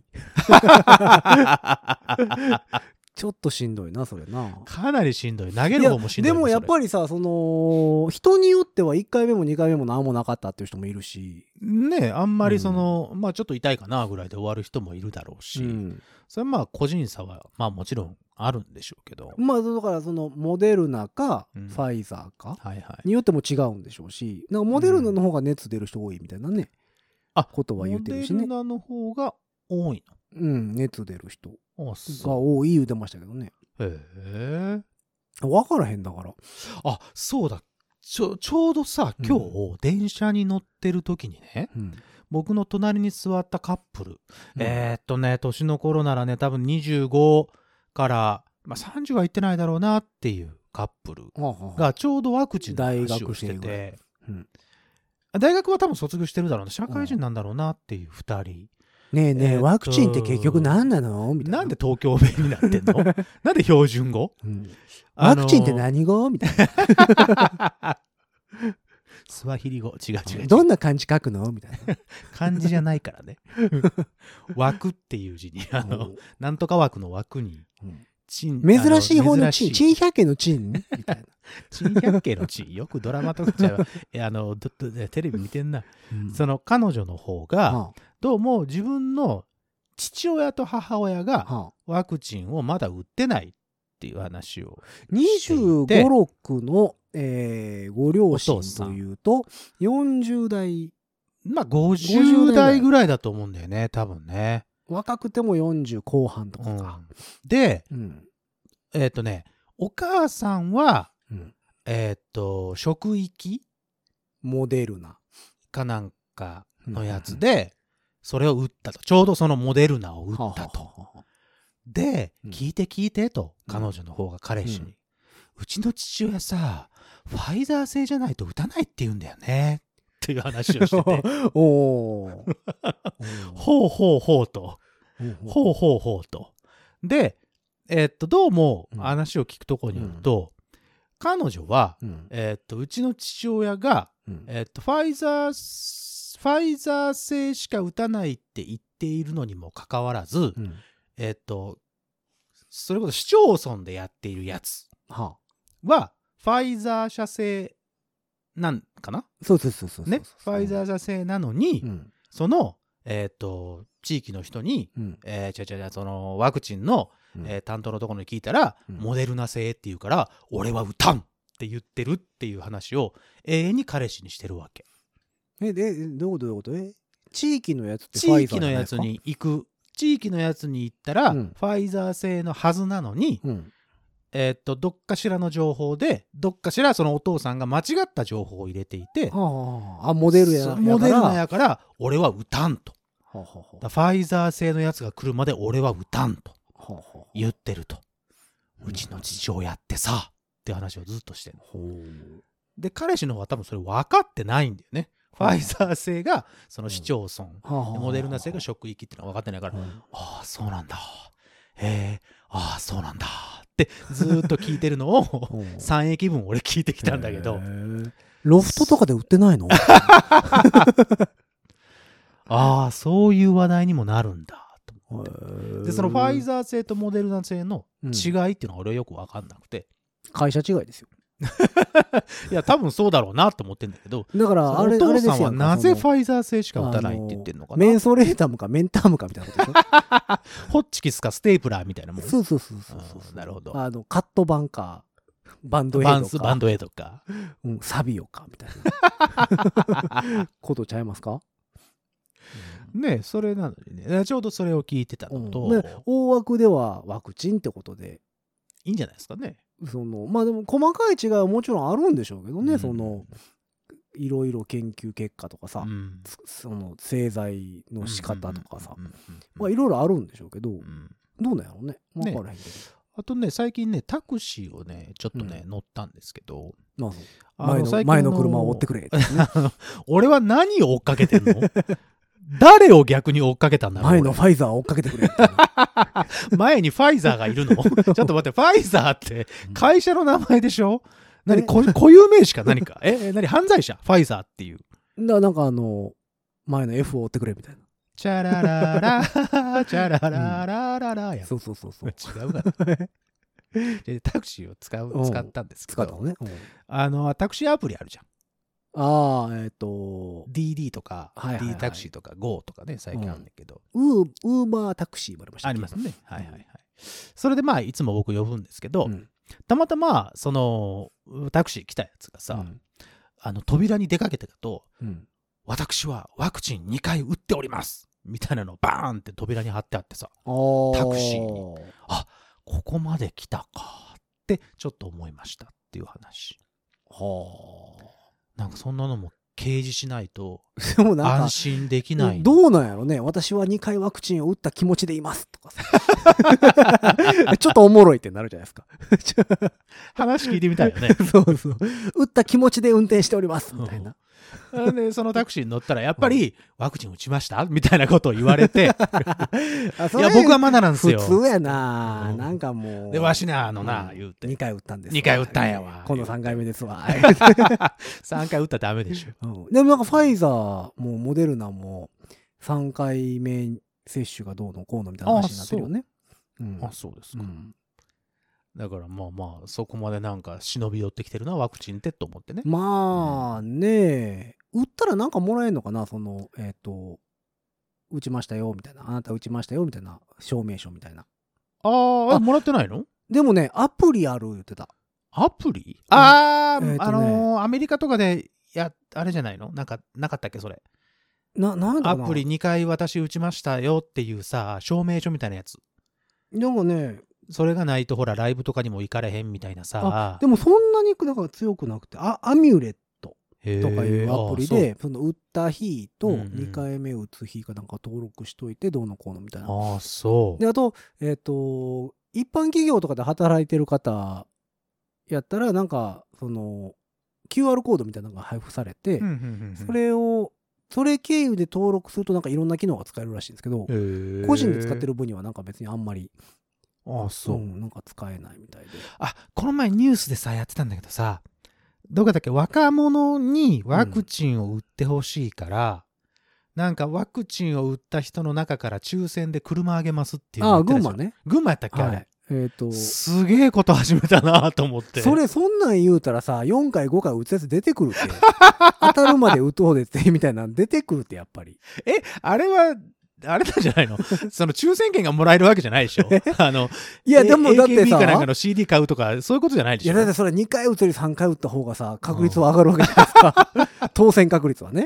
[SPEAKER 2] ちょっとしんどいな、それな。
[SPEAKER 3] かなりしんどい。投げる方もしんどい。
[SPEAKER 2] でもやっぱりさ、その、人によってはいっかいめもにかいめも何もなかったっていう人もいるし。
[SPEAKER 3] ねえ、あんまりその、うん、まあちょっと痛いかなぐらいで終わる人もいるだろうし、うん、それはまあ個人差は、まあもちろんあるんでしょうけど。
[SPEAKER 2] まあだからその、モデルナか、ファイザーか、はいはい、によっても違うんでしょうし、なんかモデルナの方が熱出る人多いみたいなね、うん、ことは言ってるしね。
[SPEAKER 3] モデルナの方が多いの？
[SPEAKER 2] うん、熱出る人が多い言うてましたけどね。
[SPEAKER 3] へえ。
[SPEAKER 2] 分からへんだから。
[SPEAKER 3] あ、そうだ。ちょ、ちょうどさ、今日、うん、電車に乗ってる時にね、うん、僕の隣に座ったカップル、うん、えー、っとね、年の頃ならね、多分にじゅうごから、まあ、さんじゅうはいってないだろうなっていうカップルがちょうどワクチンの話をしてて、うん、大学は多分卒業してるだろうな、社会人なんだろうなっていうふたり。
[SPEAKER 2] ねえねえ、えー、ワクチンって結局何なのみたいな。
[SPEAKER 3] なんで東京弁になってんの？なんで標準語、うん、
[SPEAKER 2] ワクチンって何語みたいな。
[SPEAKER 3] スワヒリ語。違う違う違う。
[SPEAKER 2] どんな漢字書くのみたいな。
[SPEAKER 3] 漢字じゃないからね。枠っていう字に、あの、なんとか枠の枠に、うん、
[SPEAKER 2] 珍しい方のチン、珍百景のチンみたいな。
[SPEAKER 3] 珍百景のチン。よくドラマとかじゃ、あの、テレビ見てんな。うん、その彼女の方が、はあ、どうも自分の父親と母親がワクチンをまだ打ってないっていう話を
[SPEAKER 2] にじゅうご、ろくの、えー、ご両親というとよんじゅう代、
[SPEAKER 3] まあごじゅう代ぐらいだと思うんだよね、多分ね。
[SPEAKER 2] 若くてもよんじゅう後半とかか、
[SPEAKER 3] うん、で、うん、えっ、ー、とねお母さんは、うん、えっ、ー、と職域
[SPEAKER 2] モデルナ
[SPEAKER 3] かなんかのやつで、うんうん、それを打ったと。ちょうどそのモデルナを打ったと。ははははで、うん、聞いて聞いてと、彼女の方が彼氏に、うん。うちの父親さ、ファイザー製じゃないと打たないって言うんだよね。っていう話をしてて。おー。ほうほうほうと。ほうほうほうと。で、えー、っと、どうも話を聞くところによると、うん、彼女は、うん、えー、っと、うちの父親が、うん、えー、っと、ファイザー、ファイザー製しか打たないって言っているのにもかかわらず、うん、えっと、それこそ市町村でやっているやつは、はファイザー社製なんかな？
[SPEAKER 2] そうそうそうそう。
[SPEAKER 3] ね。ファイザー社製なのに、うん、その、えっと、地域の人に、うん、えー、ちゃちゃちゃ、そのワクチンの、うんえー、担当のところに聞いたら、うん、モデルナ製って言うから、俺は打たんって言ってるっていう話を永遠に彼氏にしてるわけ。
[SPEAKER 2] え、で、どういうことどういうことえ地域のやつって
[SPEAKER 3] ファイザー地域のやつに行く。地域のやつに行ったら、うん、ファイザー製のはずなのに、うん、えー、っと、どっかしらの情報で、どっかしらそのお父さんが間違った情報を入れていて、
[SPEAKER 2] はあ、あ、モデルやから。
[SPEAKER 3] モデルナやから、俺は打たんと。はあはあ、だファイザー製のやつが来るまで俺は打たんと。はあ、言ってると。うちの父親ってさ、って話をずっとしてる。で、彼氏の方は多分それ分かってないんだよね。ファイザー製がその市町村、うん、モデルナ製が職域っていうのは分かってないから、うん、ああ、そうなんだ。へえ、ああ、そうなんだ。ってずっと聞いてるのをさん駅分俺聞いてきたんだけど。
[SPEAKER 2] ロフトとかで売ってないの
[SPEAKER 3] ああ、そういう話題にもなるんだと思って。で、そのファイザー製とモデルナ製の違いっていうのは俺はよく分かんなくて。
[SPEAKER 2] 会社違いですよ。
[SPEAKER 3] いや多分そうだろうなと思ってんだけど、
[SPEAKER 2] だからあれ
[SPEAKER 3] お父さんはなぜファイザー製しか打たないって言ってんのかな。
[SPEAKER 2] メンソレータムかメンタームかみたいなことでしょ。
[SPEAKER 3] ホッチキスかステープラーみたいなもん。
[SPEAKER 2] そうそうそうそうそう。
[SPEAKER 3] なるほど。
[SPEAKER 2] あのカット版かバンドエイドか
[SPEAKER 3] バンスバンドエイドか、
[SPEAKER 2] うん、サビオかみたいなことちゃいますか。
[SPEAKER 3] ねそれなのにね、ちょうどそれを聞いてたのと、
[SPEAKER 2] うん、大枠ではワクチンってことで
[SPEAKER 3] いいんじゃないですかね。
[SPEAKER 2] そのまあでも細かい違いはもちろんあるんでしょうけどね、うん、そのいろいろ研究結果とかさ、うん、その製剤の仕方とかさ、まあいろいろあるんでしょうけど、うん、どうなんやろうね、分からへんけど、ね、
[SPEAKER 3] あとね最近ねタクシーをねちょっとね、うん、乗ったんですけど、
[SPEAKER 2] まあ、前の前の車を追ってくれって、ね、
[SPEAKER 3] 俺は何を追っかけてんの誰を逆に追っかけたんだろう。
[SPEAKER 2] 前のファイザーを追っかけてくれ
[SPEAKER 3] 前にファイザーがいるのちょっと待って、ファイザーって会社の名前でしょ。何固有名詞か何かえ何犯罪者ファイザーっていう。
[SPEAKER 2] だなんかあの前の F を追ってくれみたいな。
[SPEAKER 3] チャラララチャラララララや、
[SPEAKER 2] そうそうそうそう
[SPEAKER 3] 違うかなでタクシーを使う使ったんですけど、
[SPEAKER 2] 使ったのね、
[SPEAKER 3] あのタクシーアプリあるじゃん。
[SPEAKER 2] ああ、えっ、ー、と
[SPEAKER 3] ディーディー とか、はいはいはい、D タクシーとか Go とかね最近あるんだけど、
[SPEAKER 2] うん、ウーバータクシーもありました、ね、
[SPEAKER 3] ありますね、はいはいはい。それでまあいつも僕呼ぶんですけど、うん、たまたまそのタクシー来たやつがさ、うん、あの扉に出かけてると、うん、私はワクチンにかい打っておりますみたいなのをバーンって扉に貼ってあってさ、タクシーにあここまで来たかってちょっと思いましたっていう話。はあ。なんかそんなのも掲示しないと安心できない。
[SPEAKER 2] どうなんやろね。私はにかいワクチンを打った気持ちでいますとかさちょっとおもろいってなるじゃないですか
[SPEAKER 3] 話聞いてみたいよね
[SPEAKER 2] そうそう、打った気持ちで運転しておりますみたいな
[SPEAKER 3] でそのタクシーに乗ったらやっぱりワクチン打ちましたみたいなことを言われていや僕はまだなんですよ。
[SPEAKER 2] 普通やな、うん、なんかもう
[SPEAKER 3] でわしなあのな、うん、言うて
[SPEAKER 2] にかい打ったんです
[SPEAKER 3] にかい打ったんやわ、
[SPEAKER 2] 今度さんかいめですわ
[SPEAKER 3] さんかい打ったらダメでしょ、
[SPEAKER 2] うん、でもなんかファイザーもモデルナもさんかいめ接種がどうのこうのみたいな話になってるよね。
[SPEAKER 3] あ、うん、あそうですか、うん、だからまあまあそこまでなんか忍び寄ってきてるのはワクチンってと思ってね。
[SPEAKER 2] まあね、うん、打ったらなんかもらえるのかな、そのえっ、ー、と打ちましたよみたいな、あなた打ちましたよみたいな証明書みたいな。
[SPEAKER 3] ああもらってないの？
[SPEAKER 2] でもねアプリある言ってた。
[SPEAKER 3] アプリ？ああ、えーね、あのー、アメリカとかでやあれじゃないの？なんかなかったっけそれ。
[SPEAKER 2] ななんだろうな、
[SPEAKER 3] アプリにかい私打ちましたよっていうさ証明書みたいなやつ。
[SPEAKER 2] でもね
[SPEAKER 3] それがないとほらライブとかにも行かれへんみたいなさ。
[SPEAKER 2] でもそんなにだから強くなくて、あアミュレットとかいうアプリで そ, その打った日とにかいめ打つ日かなんか登録しといてどうのこうのみたいな。
[SPEAKER 3] ああそう。
[SPEAKER 2] であとえっ、ー、と一般企業とかで働いてる方やったらなんかその キューアール コードみたいなのが配布されて、うんうんうんうん、それをそれ経由で登録するとなんかいろんな機能が使えるらしいんですけど、個人で使ってる分にはなんか別にあんまり
[SPEAKER 3] ああそう、うん、
[SPEAKER 2] なんか使えないみたいで。
[SPEAKER 3] あこの前ニュースでさやってたんだけどさ、どこだっけ、若者にワクチンを打ってほしいから、うん、なんかワクチンを打った人の中から抽選で車あげますっていうの。
[SPEAKER 2] ああ群馬ね。
[SPEAKER 3] 群馬やったっけ、はい、あれ。
[SPEAKER 2] えーと、
[SPEAKER 3] すげえこと始めたなと思って。
[SPEAKER 2] それそんなん言うたらさよんかいごかい打つやつ出てくるって当たるまで打とうでってみたいなの出てくるってやっぱり。
[SPEAKER 3] えあれはあれなんじゃないのその抽選券がもらえるわけじゃないでしょあの
[SPEAKER 2] いやでもだってさ
[SPEAKER 3] エーケービー かなんかの シーディー 買うとかそういうことじゃないでしょ。
[SPEAKER 2] いやだってそれにかい打つよりさんかい打った方がさ確率は上がるわけじゃないですか当選確率はね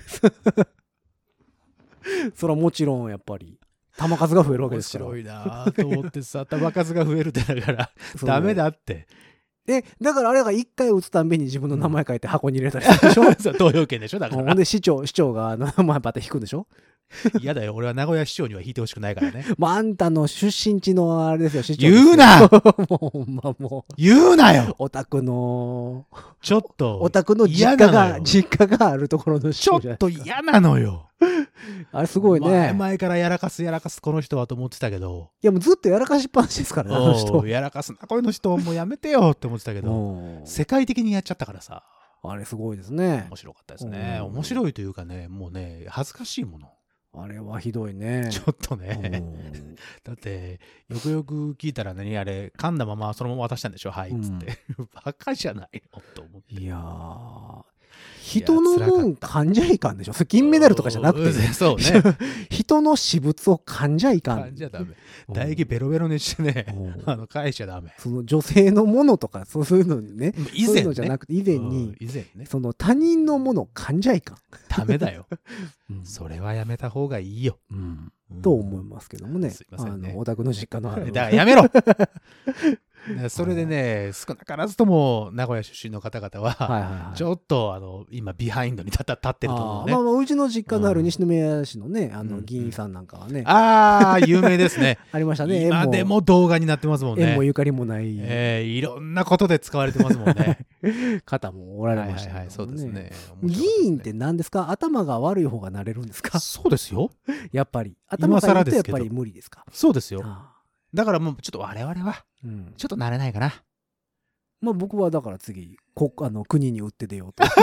[SPEAKER 2] それはもちろんやっぱり球数が増えるわけですから。
[SPEAKER 3] 面白いなと思ってさ、球数が増えるってだからダメだって。
[SPEAKER 2] え、だからあれが一回打つたんびに自分の名前書いて箱に入れたりするでしょ。
[SPEAKER 3] そう、投票権でしょ、だから。
[SPEAKER 2] ほんで市長、市長が名前バッて引くんでしょ。
[SPEAKER 3] 嫌だよ、俺は名古屋市長には引いてほしくないからね。
[SPEAKER 2] もうあんたの出身地のあれですよ、市長。
[SPEAKER 3] 言うな
[SPEAKER 2] もうほんまもう。
[SPEAKER 3] 言うなよ
[SPEAKER 2] お宅の、
[SPEAKER 3] ちょっと。
[SPEAKER 2] お宅の実家が、実家があるところの
[SPEAKER 3] 市長じゃないですか。ちょっと嫌なのよ。
[SPEAKER 2] あれすごいね。
[SPEAKER 3] 前々からやらかすやらかすこの人はと思ってたけど。
[SPEAKER 2] いやもうずっとやらかしっぱなしですからね、あの人。
[SPEAKER 3] やらかすな、この人もうやめてよって思ってたけど、世界的にやっちゃったからさ。
[SPEAKER 2] あれすごいですね。
[SPEAKER 3] 面白かったですね。面白いというかね、もうね、恥ずかしいもの。
[SPEAKER 2] あれはひどいね。
[SPEAKER 3] ちょっとね。だって、よくよく聞いたら何あれ、噛んだままそのまま渡したんでしょ、はい、つって。バカじゃないのと思って。
[SPEAKER 2] いやー。人のもん噛んじゃいかんでしょ。それ金メダルとかじゃなくて、ね、
[SPEAKER 3] そうね。
[SPEAKER 2] 人の私物を噛んじゃいかん。
[SPEAKER 3] 噛んじゃダメ。唾液ベロベロにしてね、あの返しちゃダメ。
[SPEAKER 2] その女性のものとかそういうのにね、以前ね、そういうのじゃなくて以前に、
[SPEAKER 3] 以前ね、
[SPEAKER 2] その他人のものを噛んじゃいかん。
[SPEAKER 3] ダメだよ。それはやめた方がいいよ。
[SPEAKER 2] うんと思いますけどもね。すいませんね。お宅の実家のあれ。
[SPEAKER 3] だからやめろ。それでね、少なからずとも名古屋出身の方々は、ちょっとあの今、ビハインドに立ってると思うね。
[SPEAKER 2] まあ、うちの実家のある西宮市のね、あの議員さんなんかはね。
[SPEAKER 3] ああ、有名ですね。
[SPEAKER 2] ありましたね。
[SPEAKER 3] 今でも動画になってますもんね。
[SPEAKER 2] 縁もゆかりもない。
[SPEAKER 3] ええ、いろんなことで使われてますもんね。
[SPEAKER 2] 方もおられましたね。
[SPEAKER 3] そうですね。
[SPEAKER 2] 議員って何ですか？頭が悪い方がなれるんですか？
[SPEAKER 3] そうですよ。
[SPEAKER 2] やっぱり。頭が悪いとやっぱり無理ですか？
[SPEAKER 3] そうですよ。だからもうちょっと我々は、ちょっとなれないかな。
[SPEAKER 2] まあ僕はだから次、こあの国に打って出ようと。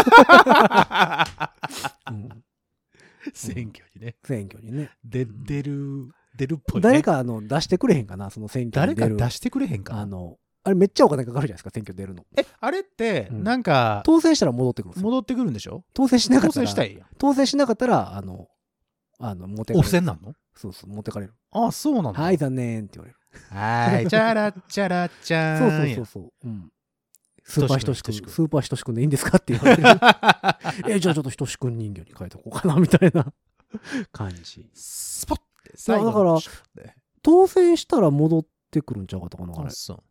[SPEAKER 3] うん、選挙にね。
[SPEAKER 2] 選挙にね。
[SPEAKER 3] で、出る、出るっぽい、ね。
[SPEAKER 2] 誰かあの出してくれへんかな、その選挙に出る。
[SPEAKER 3] 誰か出してくれへんかな。
[SPEAKER 2] あの、あれめっちゃお金かかるじゃないですか、選挙出るの。
[SPEAKER 3] え、あれって、なんか、
[SPEAKER 2] 当選したら戻ってくるんですよ。
[SPEAKER 3] 戻ってくるんでしょ？
[SPEAKER 2] 当選しなかったら。
[SPEAKER 3] 当選したいやん。
[SPEAKER 2] 当選しなかったら、あの、あの、持ってかれる。
[SPEAKER 3] オフ選なんの？
[SPEAKER 2] そうそう、持ってかれる。
[SPEAKER 3] ああ、そうなんだ。
[SPEAKER 2] はい、残念って言われる。
[SPEAKER 3] はい、チャラチャラチャーン。
[SPEAKER 2] そうそうそうそう。うん。スーパーひとしくん、スーパーひとしくんでいいんですかって言われる。え、じゃあちょっとひとしくん人形に変えとこうかな、みたいな感じ。
[SPEAKER 3] スポッて
[SPEAKER 2] さ。だから、当選したら戻ってくるんちゃうかったかな、あれ。
[SPEAKER 3] そう。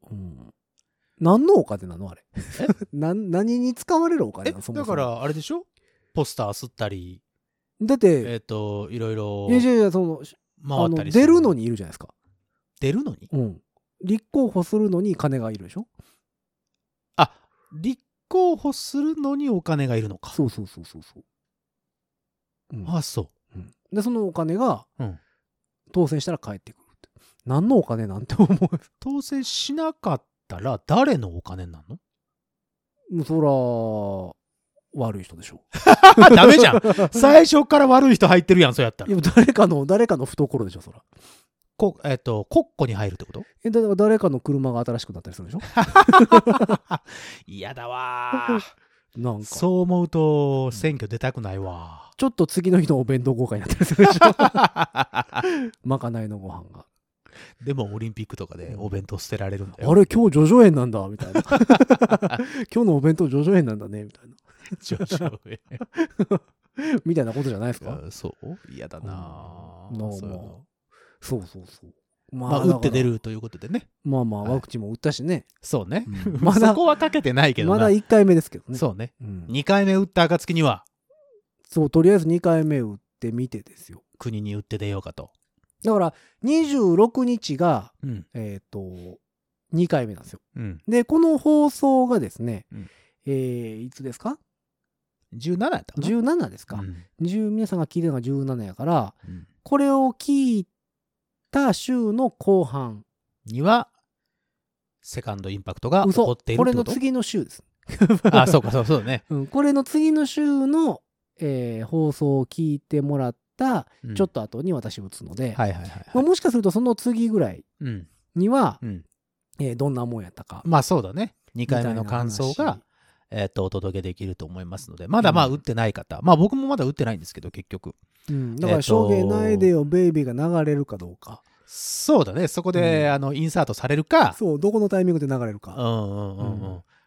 [SPEAKER 2] うん。何のお金なのあれ。な、何に使われるお金なのそもそも。
[SPEAKER 3] だから、あれでしょ？ポスター吸ったり。
[SPEAKER 2] だって、
[SPEAKER 3] えっと、いろいろ。
[SPEAKER 2] いやいやいや、その、
[SPEAKER 3] 回ったりする。
[SPEAKER 2] 出るのにいるじゃないですか。
[SPEAKER 3] 出るのに？
[SPEAKER 2] うん。立候補するのに金がいるでしょ？
[SPEAKER 3] あ、立候補するのにお金がいるのか。
[SPEAKER 2] そうそうそうそうそう。
[SPEAKER 3] うん、あ、そう、
[SPEAKER 2] うん。で、そのお金が、
[SPEAKER 3] うん、
[SPEAKER 2] 当選したら返ってくるって。何のお金なんて思う。
[SPEAKER 3] 当選しなかったら誰のお金なの？
[SPEAKER 2] もうそら、悪い人でしょ。
[SPEAKER 3] ダメじゃん。最初から悪い人入ってるやん、そうやったら。
[SPEAKER 2] いや、誰かの、誰かの懐でしょ、そら。
[SPEAKER 3] こ、えっと、国庫に入るってこと？
[SPEAKER 2] え、だから誰かの車が新しくなったりするでしょ？
[SPEAKER 3] 嫌だわー。
[SPEAKER 2] なんか。
[SPEAKER 3] そう思うと、選挙出たくないわ。
[SPEAKER 2] ちょっと次の日のお弁当豪華になったりするでしょ？まかないのご飯が。
[SPEAKER 3] でもオリンピックとかでお弁当捨てられるんだよ。
[SPEAKER 2] あれ、今日叙々苑なんだ、みたいな。今日のお弁当叙々苑なんだね、みたいな。
[SPEAKER 3] 叙々苑。
[SPEAKER 2] みたいなことじゃないですか？
[SPEAKER 3] そう嫌だなぁ。
[SPEAKER 2] そうそうそう。
[SPEAKER 3] まあ、打って出るということでね。
[SPEAKER 2] まあまあ、ワクチンも打ったしね。
[SPEAKER 3] そうね。まだ、そこはかけてないけどな。
[SPEAKER 2] まだいっかいめですけどね。
[SPEAKER 3] そうね。にかいめ打った暁には。
[SPEAKER 2] そう、とりあえずにかいめ打ってみてですよ。
[SPEAKER 3] 国に打って出ようかと。
[SPEAKER 2] だから、にじゅうろくにちが、えっと、にかいめなんですよ。で、この放送がですね、えいつですか？
[SPEAKER 3] じゅうななやったかな？
[SPEAKER 2] じゅうななですか。皆さんが聞いてるのがじゅうななやから、これを聞いた週の後半
[SPEAKER 3] にはセカンドインパクトが起こっているってこと？
[SPEAKER 2] これの次の週です。
[SPEAKER 3] あ、そうか、そうそうね、
[SPEAKER 2] うん。これの次の週の、えー、放送を聞いてもらったちょっと後に私打つので、もしかするとその次ぐらいには、うんえー、どんなもんやったか。
[SPEAKER 3] まあそうだね。にかいめの感想が、えー、とお届けできると思いますので、まだまあ打ってない方、うん、まあ僕もまだ打ってないんですけど、結局。
[SPEAKER 2] うん、だから、証言ないでよ、ベイビーが流れるかどうか。
[SPEAKER 3] そうだね。そこで、うん、あのインサートされるか。
[SPEAKER 2] そう、どこのタイミングで流れるか。
[SPEAKER 3] うんうんうんうん。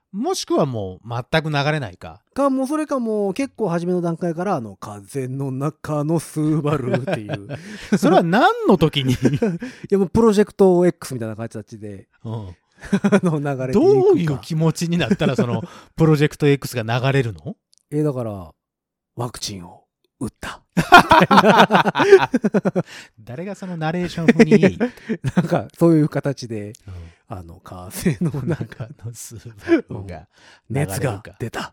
[SPEAKER 3] もしくはもう全く流れないか。
[SPEAKER 2] か、もうそれかもう結構初めの段階から、あの、風の中のスーバルっていう。
[SPEAKER 3] それは何の時にい
[SPEAKER 2] や、もうプロジェクト X みたいな形で、
[SPEAKER 3] うん、
[SPEAKER 2] あの流れていくか。
[SPEAKER 3] どういう気持ちになったらそのプロジェクト X が流れるの？
[SPEAKER 2] え、だから、ワクチンを打った。
[SPEAKER 3] 誰がそのナレーション風に
[SPEAKER 2] なんか、そういう形で、
[SPEAKER 3] うん
[SPEAKER 2] あの、風の中
[SPEAKER 3] のスーバルが
[SPEAKER 2] 熱が出た。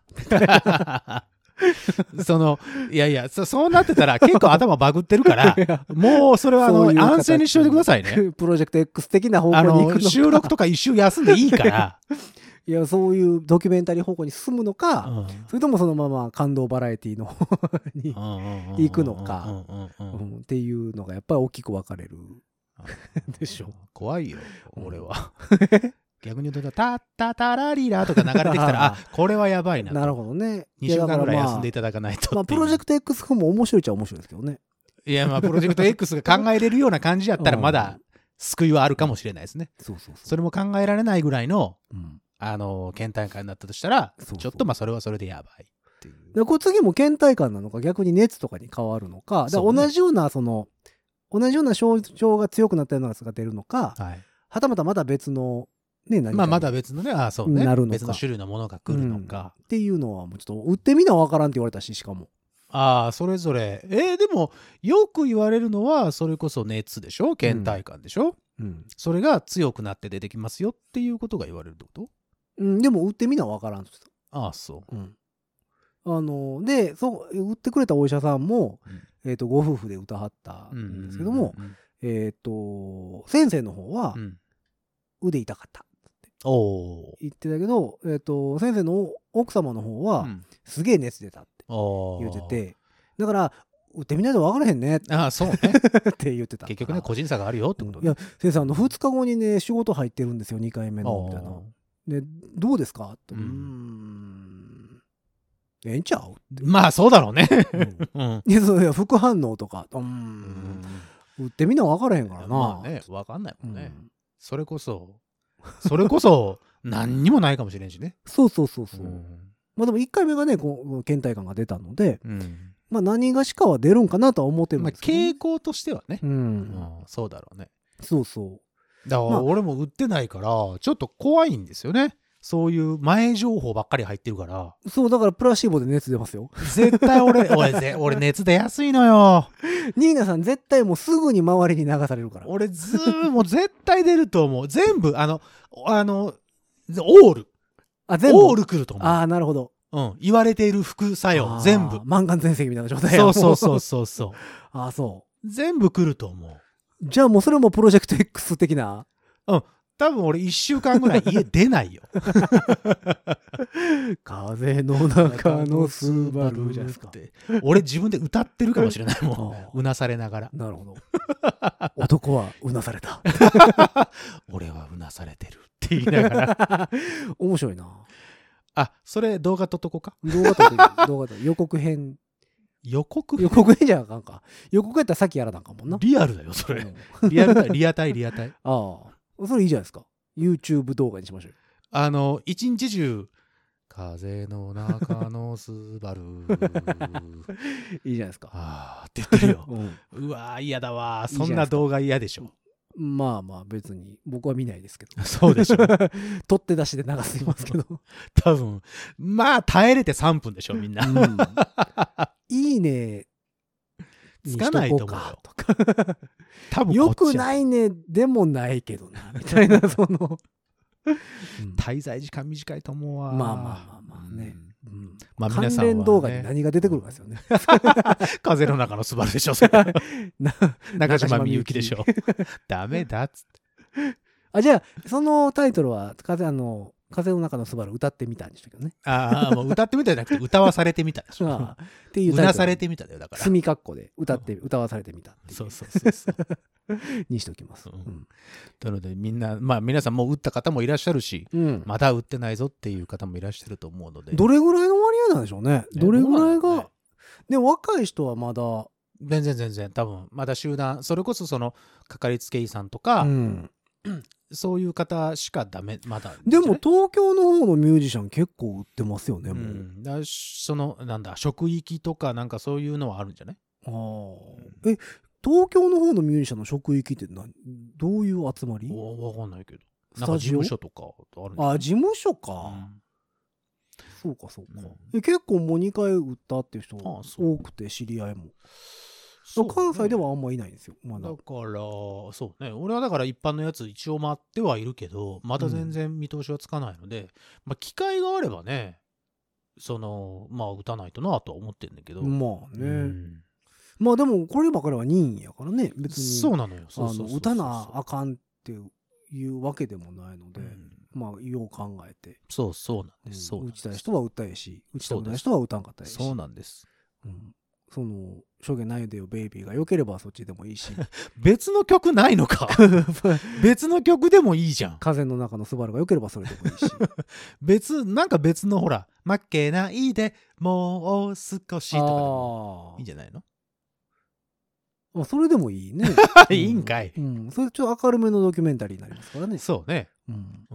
[SPEAKER 3] その、いやいや、そ、そうなってたら結構頭バグってるから、もうそれはあの、安静にしといてくださいね。
[SPEAKER 2] プロジェクト X 的な方向に行くのか。あの、
[SPEAKER 3] 収録とか一周休んでいいから。
[SPEAKER 2] いや、そういうドキュメンタリー方向に進むのか、うん、それともそのまま感動バラエティの方に行くのか、っていうのがやっぱり大きく分かれるでしょ。
[SPEAKER 3] 怖いよ、俺は。逆に言うと、タッタタラリラとか流れてきたら、あ、これはやばいな。
[SPEAKER 2] なるほどね。
[SPEAKER 3] にしゅうかんぐらい休んでいただかないと。
[SPEAKER 2] まあ、プロジェクト X 風も面白いっちゃ面白いですけどね。
[SPEAKER 3] いや、まあ、プロジェクト X が考えれるような感じやったら、まだ救いはあるかもしれないですね。
[SPEAKER 2] そうそうそう。
[SPEAKER 3] それも考えられないぐらいの、うんあの倦怠感になったとしたらそうそうちょっとまあそれはそれでやばいっていう。
[SPEAKER 2] でこれ次も倦怠感なのか逆に熱とかに変わるのか、だから同じようなその同じような症状が強くなったようなやつが出るのか、はい、はたまたまた別のね何か
[SPEAKER 3] まあまだ別のねあそうねなるのか別の種類のものが来るのか、
[SPEAKER 2] うん、っていうのはもうちょっと打ってみな分からんって言われたししかも。
[SPEAKER 3] ああそれぞれえー、でもよく言われるのはそれこそ熱でしょ倦怠感でしょ、うんうん、それが強くなって出てきますよっていうことが言われるってこと？
[SPEAKER 2] うん、でも売ってみな分からんと。
[SPEAKER 3] ああそう、うん、
[SPEAKER 2] あのでそう売ってくれたお医者さんも、うんえー、とご夫婦で歌はったんですけども、うんうんうんうん、えっ、ー、と先生の方は、うん、腕痛かったって言ってたけど、えー、と先生の奥様の方は、うん、すげえ熱出たって言ってて、だから打ってみないと分からへんね
[SPEAKER 3] ああそうね
[SPEAKER 2] って言ってた。
[SPEAKER 3] 結局ね個人差があるよってこと、ね、
[SPEAKER 2] いや先生あのふつかごにね仕事入ってるんですよにかいめのみたいな。でどうですかと、うん、うーんええんちゃう
[SPEAKER 3] まあそうだろうね、
[SPEAKER 2] うん、いやそういや副反応とかうーん打ってみな分からへんからな。
[SPEAKER 3] まあね分かんないもんね、うん、それこそそれこそ何にもないかもしれんしね
[SPEAKER 2] そうそうそうそう、うん、まあでもいっかいめがねこう倦怠感が出たので、うん、まあ何がしかは出るんかなとは思ってるんですけど、ね、
[SPEAKER 3] まあ、傾向としてはね、うんうん、そうだろうね。
[SPEAKER 2] そうそう
[SPEAKER 3] だから俺も売ってないからちょっと怖いんですよね。そういう前情報ばっかり入ってるから。
[SPEAKER 2] そうだからプラシーボで熱出ますよ。
[SPEAKER 3] 絶対俺俺ぜ俺熱出やすいのよ。
[SPEAKER 2] ニーナさん絶対もうすぐに周りに流されるから。
[SPEAKER 3] 俺ずーもう絶対出ると思う。全部あのあのオール
[SPEAKER 2] あ全部
[SPEAKER 3] オール来ると思う。
[SPEAKER 2] ああなるほど。
[SPEAKER 3] うん言われている副作用全部。
[SPEAKER 2] 満貫全席みたいな状態や。
[SPEAKER 3] そうそうそうそうそう。
[SPEAKER 2] ああそう
[SPEAKER 3] 全部来ると思う。
[SPEAKER 2] じゃあもうそれもプロジェクト X 的な。
[SPEAKER 3] うん多分俺いっしゅうかんぐらい家出ないよ。
[SPEAKER 2] 風の中のスーバルじゃないですか。
[SPEAKER 3] 俺自分で歌ってるかもしれないもん。うなされながら。
[SPEAKER 2] なるほど。男はうなされた。
[SPEAKER 3] 俺はうなされてるって言いながら。
[SPEAKER 2] 面白いな。
[SPEAKER 3] あ、それ動画撮っとこうか。
[SPEAKER 2] 動画撮っとこう。動画撮っと予告編。
[SPEAKER 3] 予告
[SPEAKER 2] 予告編じゃあかんか。予告やったらさっきやらなあかんもんな。
[SPEAKER 3] リアルだよそれ。リアルタイリアタイリアタイ。
[SPEAKER 2] ああ。それいいじゃないですか。YouTube 動画にしましょう。
[SPEAKER 3] あの一日中風の中のスバル
[SPEAKER 2] いいじゃないですか。
[SPEAKER 3] ああって言ってるよ。うん、うわー嫌だわー。そんな動画嫌でしょ。
[SPEAKER 2] まあまあ別に僕は見ないですけど。
[SPEAKER 3] そうでしょ。
[SPEAKER 2] 取って出しで流してますけど。
[SPEAKER 3] 多分まあ耐えれてさんぷんでしょみんな。うん、
[SPEAKER 2] いいね。
[SPEAKER 3] つかないと思うよ。
[SPEAKER 2] とか多分よくないねでもないけどなみたいなその、
[SPEAKER 3] うん、滞在時間短いと思うわ。
[SPEAKER 2] まあまあまあまあね。うん、
[SPEAKER 3] まあ皆さんは、ね、
[SPEAKER 2] 関連動画に何が出てくるかですよね。
[SPEAKER 3] 風の中のスバルでしょ。それ中島みゆきでしょ。ダメだっつって。
[SPEAKER 2] あじゃあそのタイトルは風あの。風の中のスバル歌ってみたんでしたけどね。
[SPEAKER 3] ああ、もう歌ってみたじゃなくて歌わされてみたでしょ。あっていううなされてみただよだから。
[SPEAKER 2] 墨括弧で歌って歌わされてみたっていう。
[SPEAKER 3] そうそうそうそう。
[SPEAKER 2] にしておきます。うん
[SPEAKER 3] うんなのでみんなまあ皆さんもう打った方もいらっしゃるし、うん、まだ打ってないぞっていう方もいらっしゃると思うので。
[SPEAKER 2] どれぐらいの割合なんでしょうね。どれぐらいが、ね、でも若い人はまだ
[SPEAKER 3] 全然全然多分まだ集団それこそそのかかりつけ医さんとか。うんそういう方しかダメ、まだ。
[SPEAKER 2] でも東京の方のミュージシャン結構売ってますよね、もう。
[SPEAKER 3] うん、だその、なんだ、職域とかなんかそういうのはあるんじゃない？
[SPEAKER 2] ああ、うん。え、東京の方のミュージシャンの職域って何、どういう集まり？
[SPEAKER 3] わかんないけど。
[SPEAKER 2] スタジオ？
[SPEAKER 3] なんか事務所とかあるんじゃない？
[SPEAKER 2] あ、事務所か。うん、そうかそうか、うん。結構もうにかい売ったっていう人多くて、知り合いも。ね、関西ではあんまいないんですよ、まだ。
[SPEAKER 3] だからそうね、俺はだから一般のやつ一応回ってはいるけど、まだ全然見通しはつかないので、うん、まあ機会があればね、そのまあ打たないとなとは思ってるんだけど、
[SPEAKER 2] まあね、うん、まあでもこればかりは任意やからね、別に。
[SPEAKER 3] そうなのよ。そうそうそうそう。
[SPEAKER 2] 打たなあかんっていうわけでもないので、うん、まあよう考えて。
[SPEAKER 3] そうそうなんです。
[SPEAKER 2] うん、打ちたい人は打ったやし、打ちたくない人は打たんかったやし。
[SPEAKER 3] そうなんです。
[SPEAKER 2] うん、その証言ないでよベイビーが良ければそっちでもいいし。
[SPEAKER 3] 別の曲ないのか。別の曲でもいいじゃん。
[SPEAKER 2] 風の中のスバルが良ければそれでもいいし。
[SPEAKER 3] 別なんか別のほら負けないでもう少しとかでもいいんじゃないの？
[SPEAKER 2] あ、それでもいいね。
[SPEAKER 3] いいんかい。
[SPEAKER 2] うん、それちょっと明るめのドキュメンタリーになりますからね。
[SPEAKER 3] そうね。うん、うん、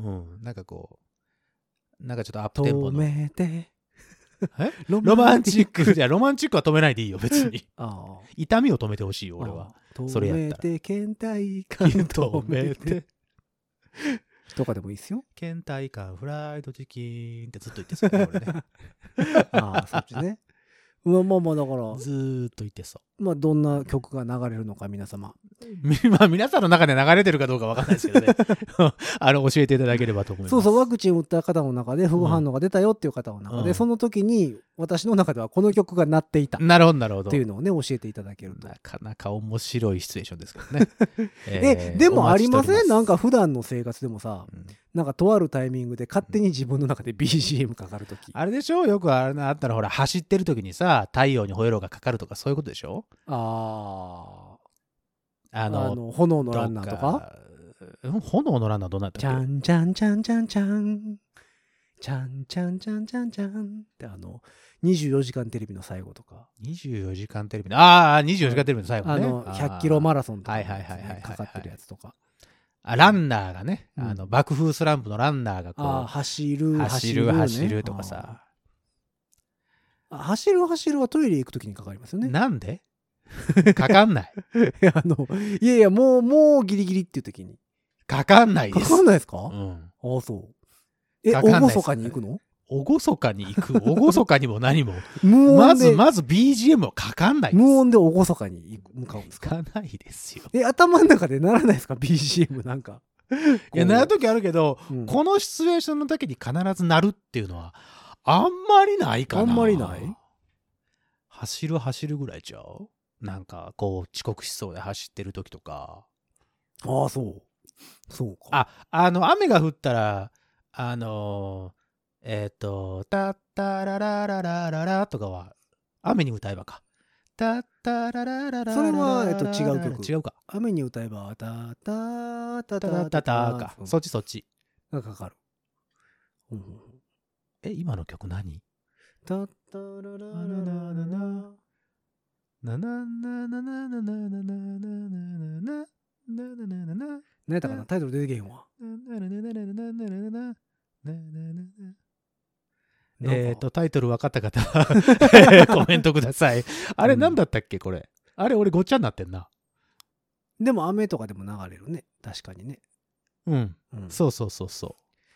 [SPEAKER 3] なんかこうなんかちょっとアップテンポの。
[SPEAKER 2] 止めて。
[SPEAKER 3] えロマンチック。いやロマンチックは止めないでいいよ別に。ああ、痛みを止めてほしいよ俺は。それやったら。
[SPEAKER 2] 止めて倦怠感止めて。とかでもいいっすよ。
[SPEAKER 3] 倦怠感フライドチキンってずっと言ってそうね俺ね。
[SPEAKER 2] ああそっちね。まあまあまあだから
[SPEAKER 3] ずーっと言ってそう。
[SPEAKER 2] まあどんな曲が流れるのか皆様。
[SPEAKER 3] まあ皆さんの中で流れてるかどうかわかんないですけどね。あの教えていただければと思います。
[SPEAKER 2] そうそう、ワクチン打った方の中で副反応が出たよっていう方の中で、うん、その時に私の中ではこの曲が鳴っていた。
[SPEAKER 3] なるほどなるほど。
[SPEAKER 2] っていうのをね教えていただけると。
[SPEAKER 3] なかなか面白いシチュエーションですけどね。
[SPEAKER 2] えー、でもありません？なんか普段の生活でもさ、うん、なんかとあるタイミングで勝手に自分の中で ビージーエム かかるとき。
[SPEAKER 3] あれでしょ？よくあれあったらほら走ってる時にさ太陽にホエロがかかるとかそういうことでしょ？ああ。あの、あの
[SPEAKER 2] 炎のランナーとか、
[SPEAKER 3] 炎のランナーどうなったっけ？
[SPEAKER 2] ちゃんちゃんちゃんちゃんちゃんちゃんちゃんちゃんちゃんちゃんってあのにじゅうよじかんテレビの最後とか。
[SPEAKER 3] にじゅうよじかんテレビのああにじゅうよじかんテレビの最後ね。
[SPEAKER 2] あのひゃっキロマラソンとかかかってるやつとか。
[SPEAKER 3] あランナーがね、うん、あの爆風スランプのランナーがこう
[SPEAKER 2] あ走る
[SPEAKER 3] 走る走るとかさ。
[SPEAKER 2] あ走る走るはトイレ行くときにかかりますよね。
[SPEAKER 3] なんで？かかんない。
[SPEAKER 2] いや、あの、いやいや、もう、もうギリギリっていう時に。
[SPEAKER 3] かかんないです。
[SPEAKER 2] かかんないですか？
[SPEAKER 3] うん。
[SPEAKER 2] ああ、そう。え、おごそかに行くの？
[SPEAKER 3] おごそかに行く。おごそかにも何も。まず、まず ビージーエム はかかんないです。
[SPEAKER 2] 無音でおごそかに向かうんですか？
[SPEAKER 3] かないですよ。
[SPEAKER 2] え、頭の中でならないですか？ ビージーエム なんか。
[SPEAKER 3] いや、なるときあるけど、うん、このシチュエーションの時に必ずなるっていうのは、あんまりないかな。
[SPEAKER 2] あんまりない？
[SPEAKER 3] 走る走るぐらいちゃう？なんかこう遅刻しそうで走ってる時とか。
[SPEAKER 2] ああそうそうか。
[SPEAKER 3] ああの雨が降ったらあのー、えっ、ー、とタッタララララララとかは雨に歌えばか。タッタララララララ。
[SPEAKER 2] それはえっと違う曲。
[SPEAKER 3] 違うか。
[SPEAKER 2] 雨に歌えばタタタタ
[SPEAKER 3] タタタか。そっちそっち。
[SPEAKER 2] がかかる。
[SPEAKER 3] うん、え今の曲何？
[SPEAKER 2] タッタララララララ。ななななななななななななななな。何やったかな？タイトル出てけへんわ。
[SPEAKER 3] えっとタイトル分かった方コメントください。あれ何だったっけこれ？あれ俺ごっちゃになってんな。
[SPEAKER 2] でも雨とかでも流れるね。確かにね。
[SPEAKER 3] うん。そうそうそうそう。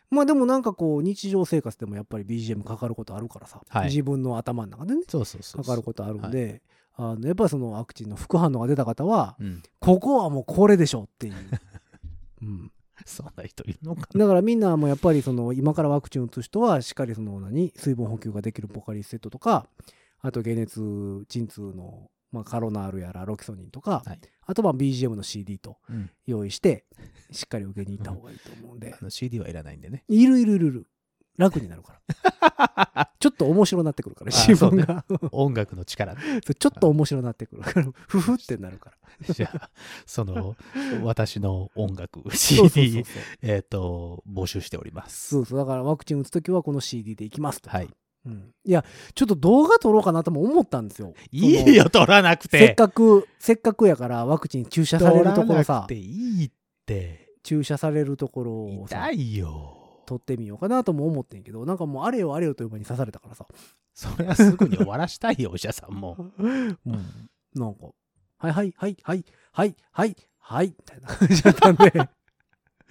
[SPEAKER 2] まあでもなんかこう日常生活でもやっぱり ビージーエム かかることあるからさ。自分の頭の中でね。
[SPEAKER 3] そうそうそう。
[SPEAKER 2] かかることあるんで。あのやっぱりそのワクチンの副反応が出た方は、うん、ここはもうこれでしょっていう、
[SPEAKER 3] うん、そんな人いるのかな。
[SPEAKER 2] だからみんなもやっぱりその今からワクチン打つ人はしっかりその何水分補給ができるポカリスエットとかあと解熱鎮痛の、まあ、カロナールやらロキソニンとか、はい、あとは ビージーエム の シーディー と用意して、うん、しっかり受けに行った方がいいと思うんで、うん、
[SPEAKER 3] あの シーディー はいらないんでね。
[SPEAKER 2] いるいるいるいる楽になるからちょっと面白なってくるから自分が、
[SPEAKER 3] ね、音楽の力、ね、
[SPEAKER 2] ちょっと面白なってくるからふふってなるから
[SPEAKER 3] じゃあその私の音楽 シーディー えっと募集しております。
[SPEAKER 2] そうそうだからワクチン打つときはこの シーディー でいきますと。
[SPEAKER 3] はい、
[SPEAKER 2] うん、いやちょっと動画撮ろうかなとも思ったんですよ。
[SPEAKER 3] いいよ撮らなくて。
[SPEAKER 2] せっかくせっかくやからワクチン注射されるところさ。
[SPEAKER 3] 撮らなくていいって。
[SPEAKER 2] 注射されるところを
[SPEAKER 3] さ、痛いよ。
[SPEAKER 2] 撮ってみようかなとも思ってんけど、なんかもうあれよあれよという間に刺されたからさ。
[SPEAKER 3] それはすぐに終わらしたいよ、お医者さんも。
[SPEAKER 2] うん。なんか、はいはいはいはいはいはいはいみたいな感じだったんで。うん。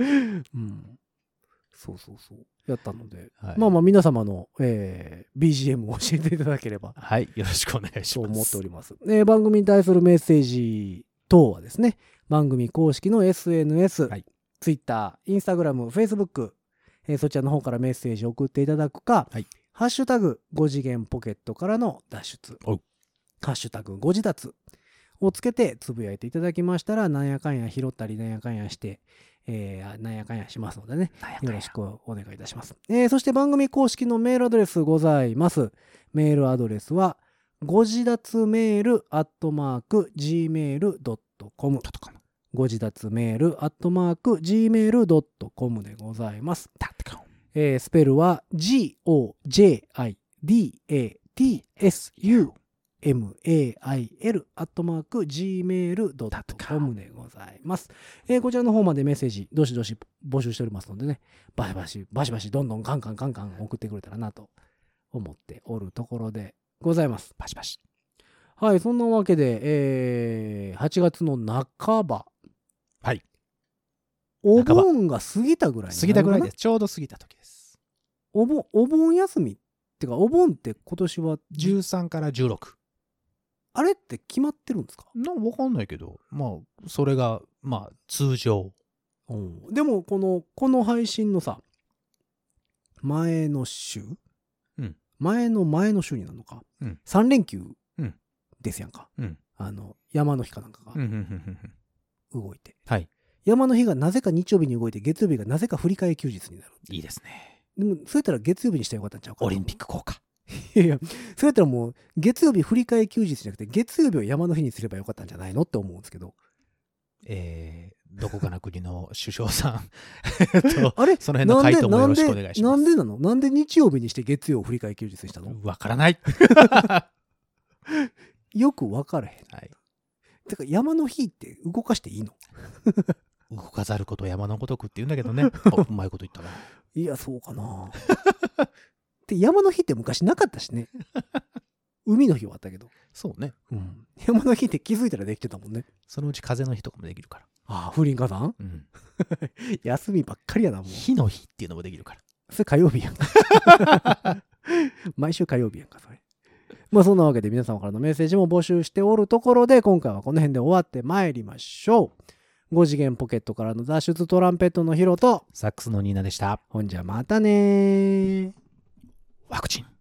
[SPEAKER 2] そうそうそう。やったので、はい、まあまあ皆様の、えー、ビージーエム を教えていただければ。
[SPEAKER 3] はい。よろしくお願いします。と
[SPEAKER 2] 思っております。えー、番組に対するメッセージ等はですね、番組公式の エスエヌエス、はい、Twitter、Instagram、Facebook、えー、そちらの方からメッセージを送っていただくか、はい、ハッシュタグご次元ポケットからの脱出、ハッシュタグご自立をつけてつぶやいていただきましたら、なんやかんや拾ったりなんやかんやして、えー、なんやかんやしますのでね、よろしくお願いいたします。えー、そして番組公式のメールアドレスございます。メールアドレスは、ご自立メールアットマーク ジーメールドットコム ご自立メールアットマーク ジーメールドットコム でございます。えー、スペルは ジーオージェーアイディーエーティーエスユーエムエーアイエル アットマーク ジーメールドットコム でございます。えー、こちらの方までメッセージ、どしどし募集しておりますのでね、バシバシ、バシバシ、どんどんカンカンカンカン送ってくれたらなと思っておるところでございます。
[SPEAKER 3] バシバシ。
[SPEAKER 2] はい、そんなわけで、えー、はちがつの半ば。
[SPEAKER 3] はい。
[SPEAKER 2] お盆が過ぎたぐらいになるかな。
[SPEAKER 3] 過ぎたぐらいです。ちょうど過ぎた時です。
[SPEAKER 2] お盆、お盆休みってか、お盆って今年は
[SPEAKER 3] じゅうさんからじゅうろく。
[SPEAKER 2] あれって決まってるんですか？
[SPEAKER 3] な、わかんないけど、まあ、それが、まあ、通常。
[SPEAKER 2] うん、でも、この、この配信のさ、前の週、うん、前の前の週になるのか、うん、さん連休ですやんか。うん、あの、山の日かなんかが動いて。はい。山の日がなぜか日曜日に動いて、月曜日がなぜか振り替え休日になる。
[SPEAKER 3] いいですね。
[SPEAKER 2] でも、そうやったら月曜日にしたらよかったんちゃうかな。
[SPEAKER 3] オリンピック効果。
[SPEAKER 2] いやいや、そうやったらもう、月曜日振り替え休日じゃなくて、月曜日を山の日にすればよかったんじゃないのって思うんですけど。
[SPEAKER 3] えー、どこかの国の首相さんと、あれその辺の回答もよろしくお願いします。
[SPEAKER 2] なんでなの？なんで日曜日にして月曜振り替え休日にしたの？
[SPEAKER 3] わからない。
[SPEAKER 2] よくわからへん。はい。てか、山の日って動かしていいの？
[SPEAKER 3] 動かざること山のごとくって言うんだけどね。うまいこと言ったな。
[SPEAKER 2] いや、そうかな。で、山の日って昔なかったしね。海の日はあったけど。
[SPEAKER 3] そうね。
[SPEAKER 2] うん。山の日って気づいたらできてたもんね。
[SPEAKER 3] そのうち風の日とかもできるから。
[SPEAKER 2] ああ、風林火山？うん。休みばっかりやな、もう。
[SPEAKER 3] 日の日っていうのもできるから。
[SPEAKER 2] それ火曜日やんか。毎週火曜日やんか、それ。まあそんなわけで皆様からのメッセージも募集しておるところで、今回はこの辺で終わってまいりましょう。ご次元ポケットからの脱出トランペットのヒロと
[SPEAKER 3] サックスのニーナでした。
[SPEAKER 2] ほんじゃまたねー。
[SPEAKER 3] ワクチン。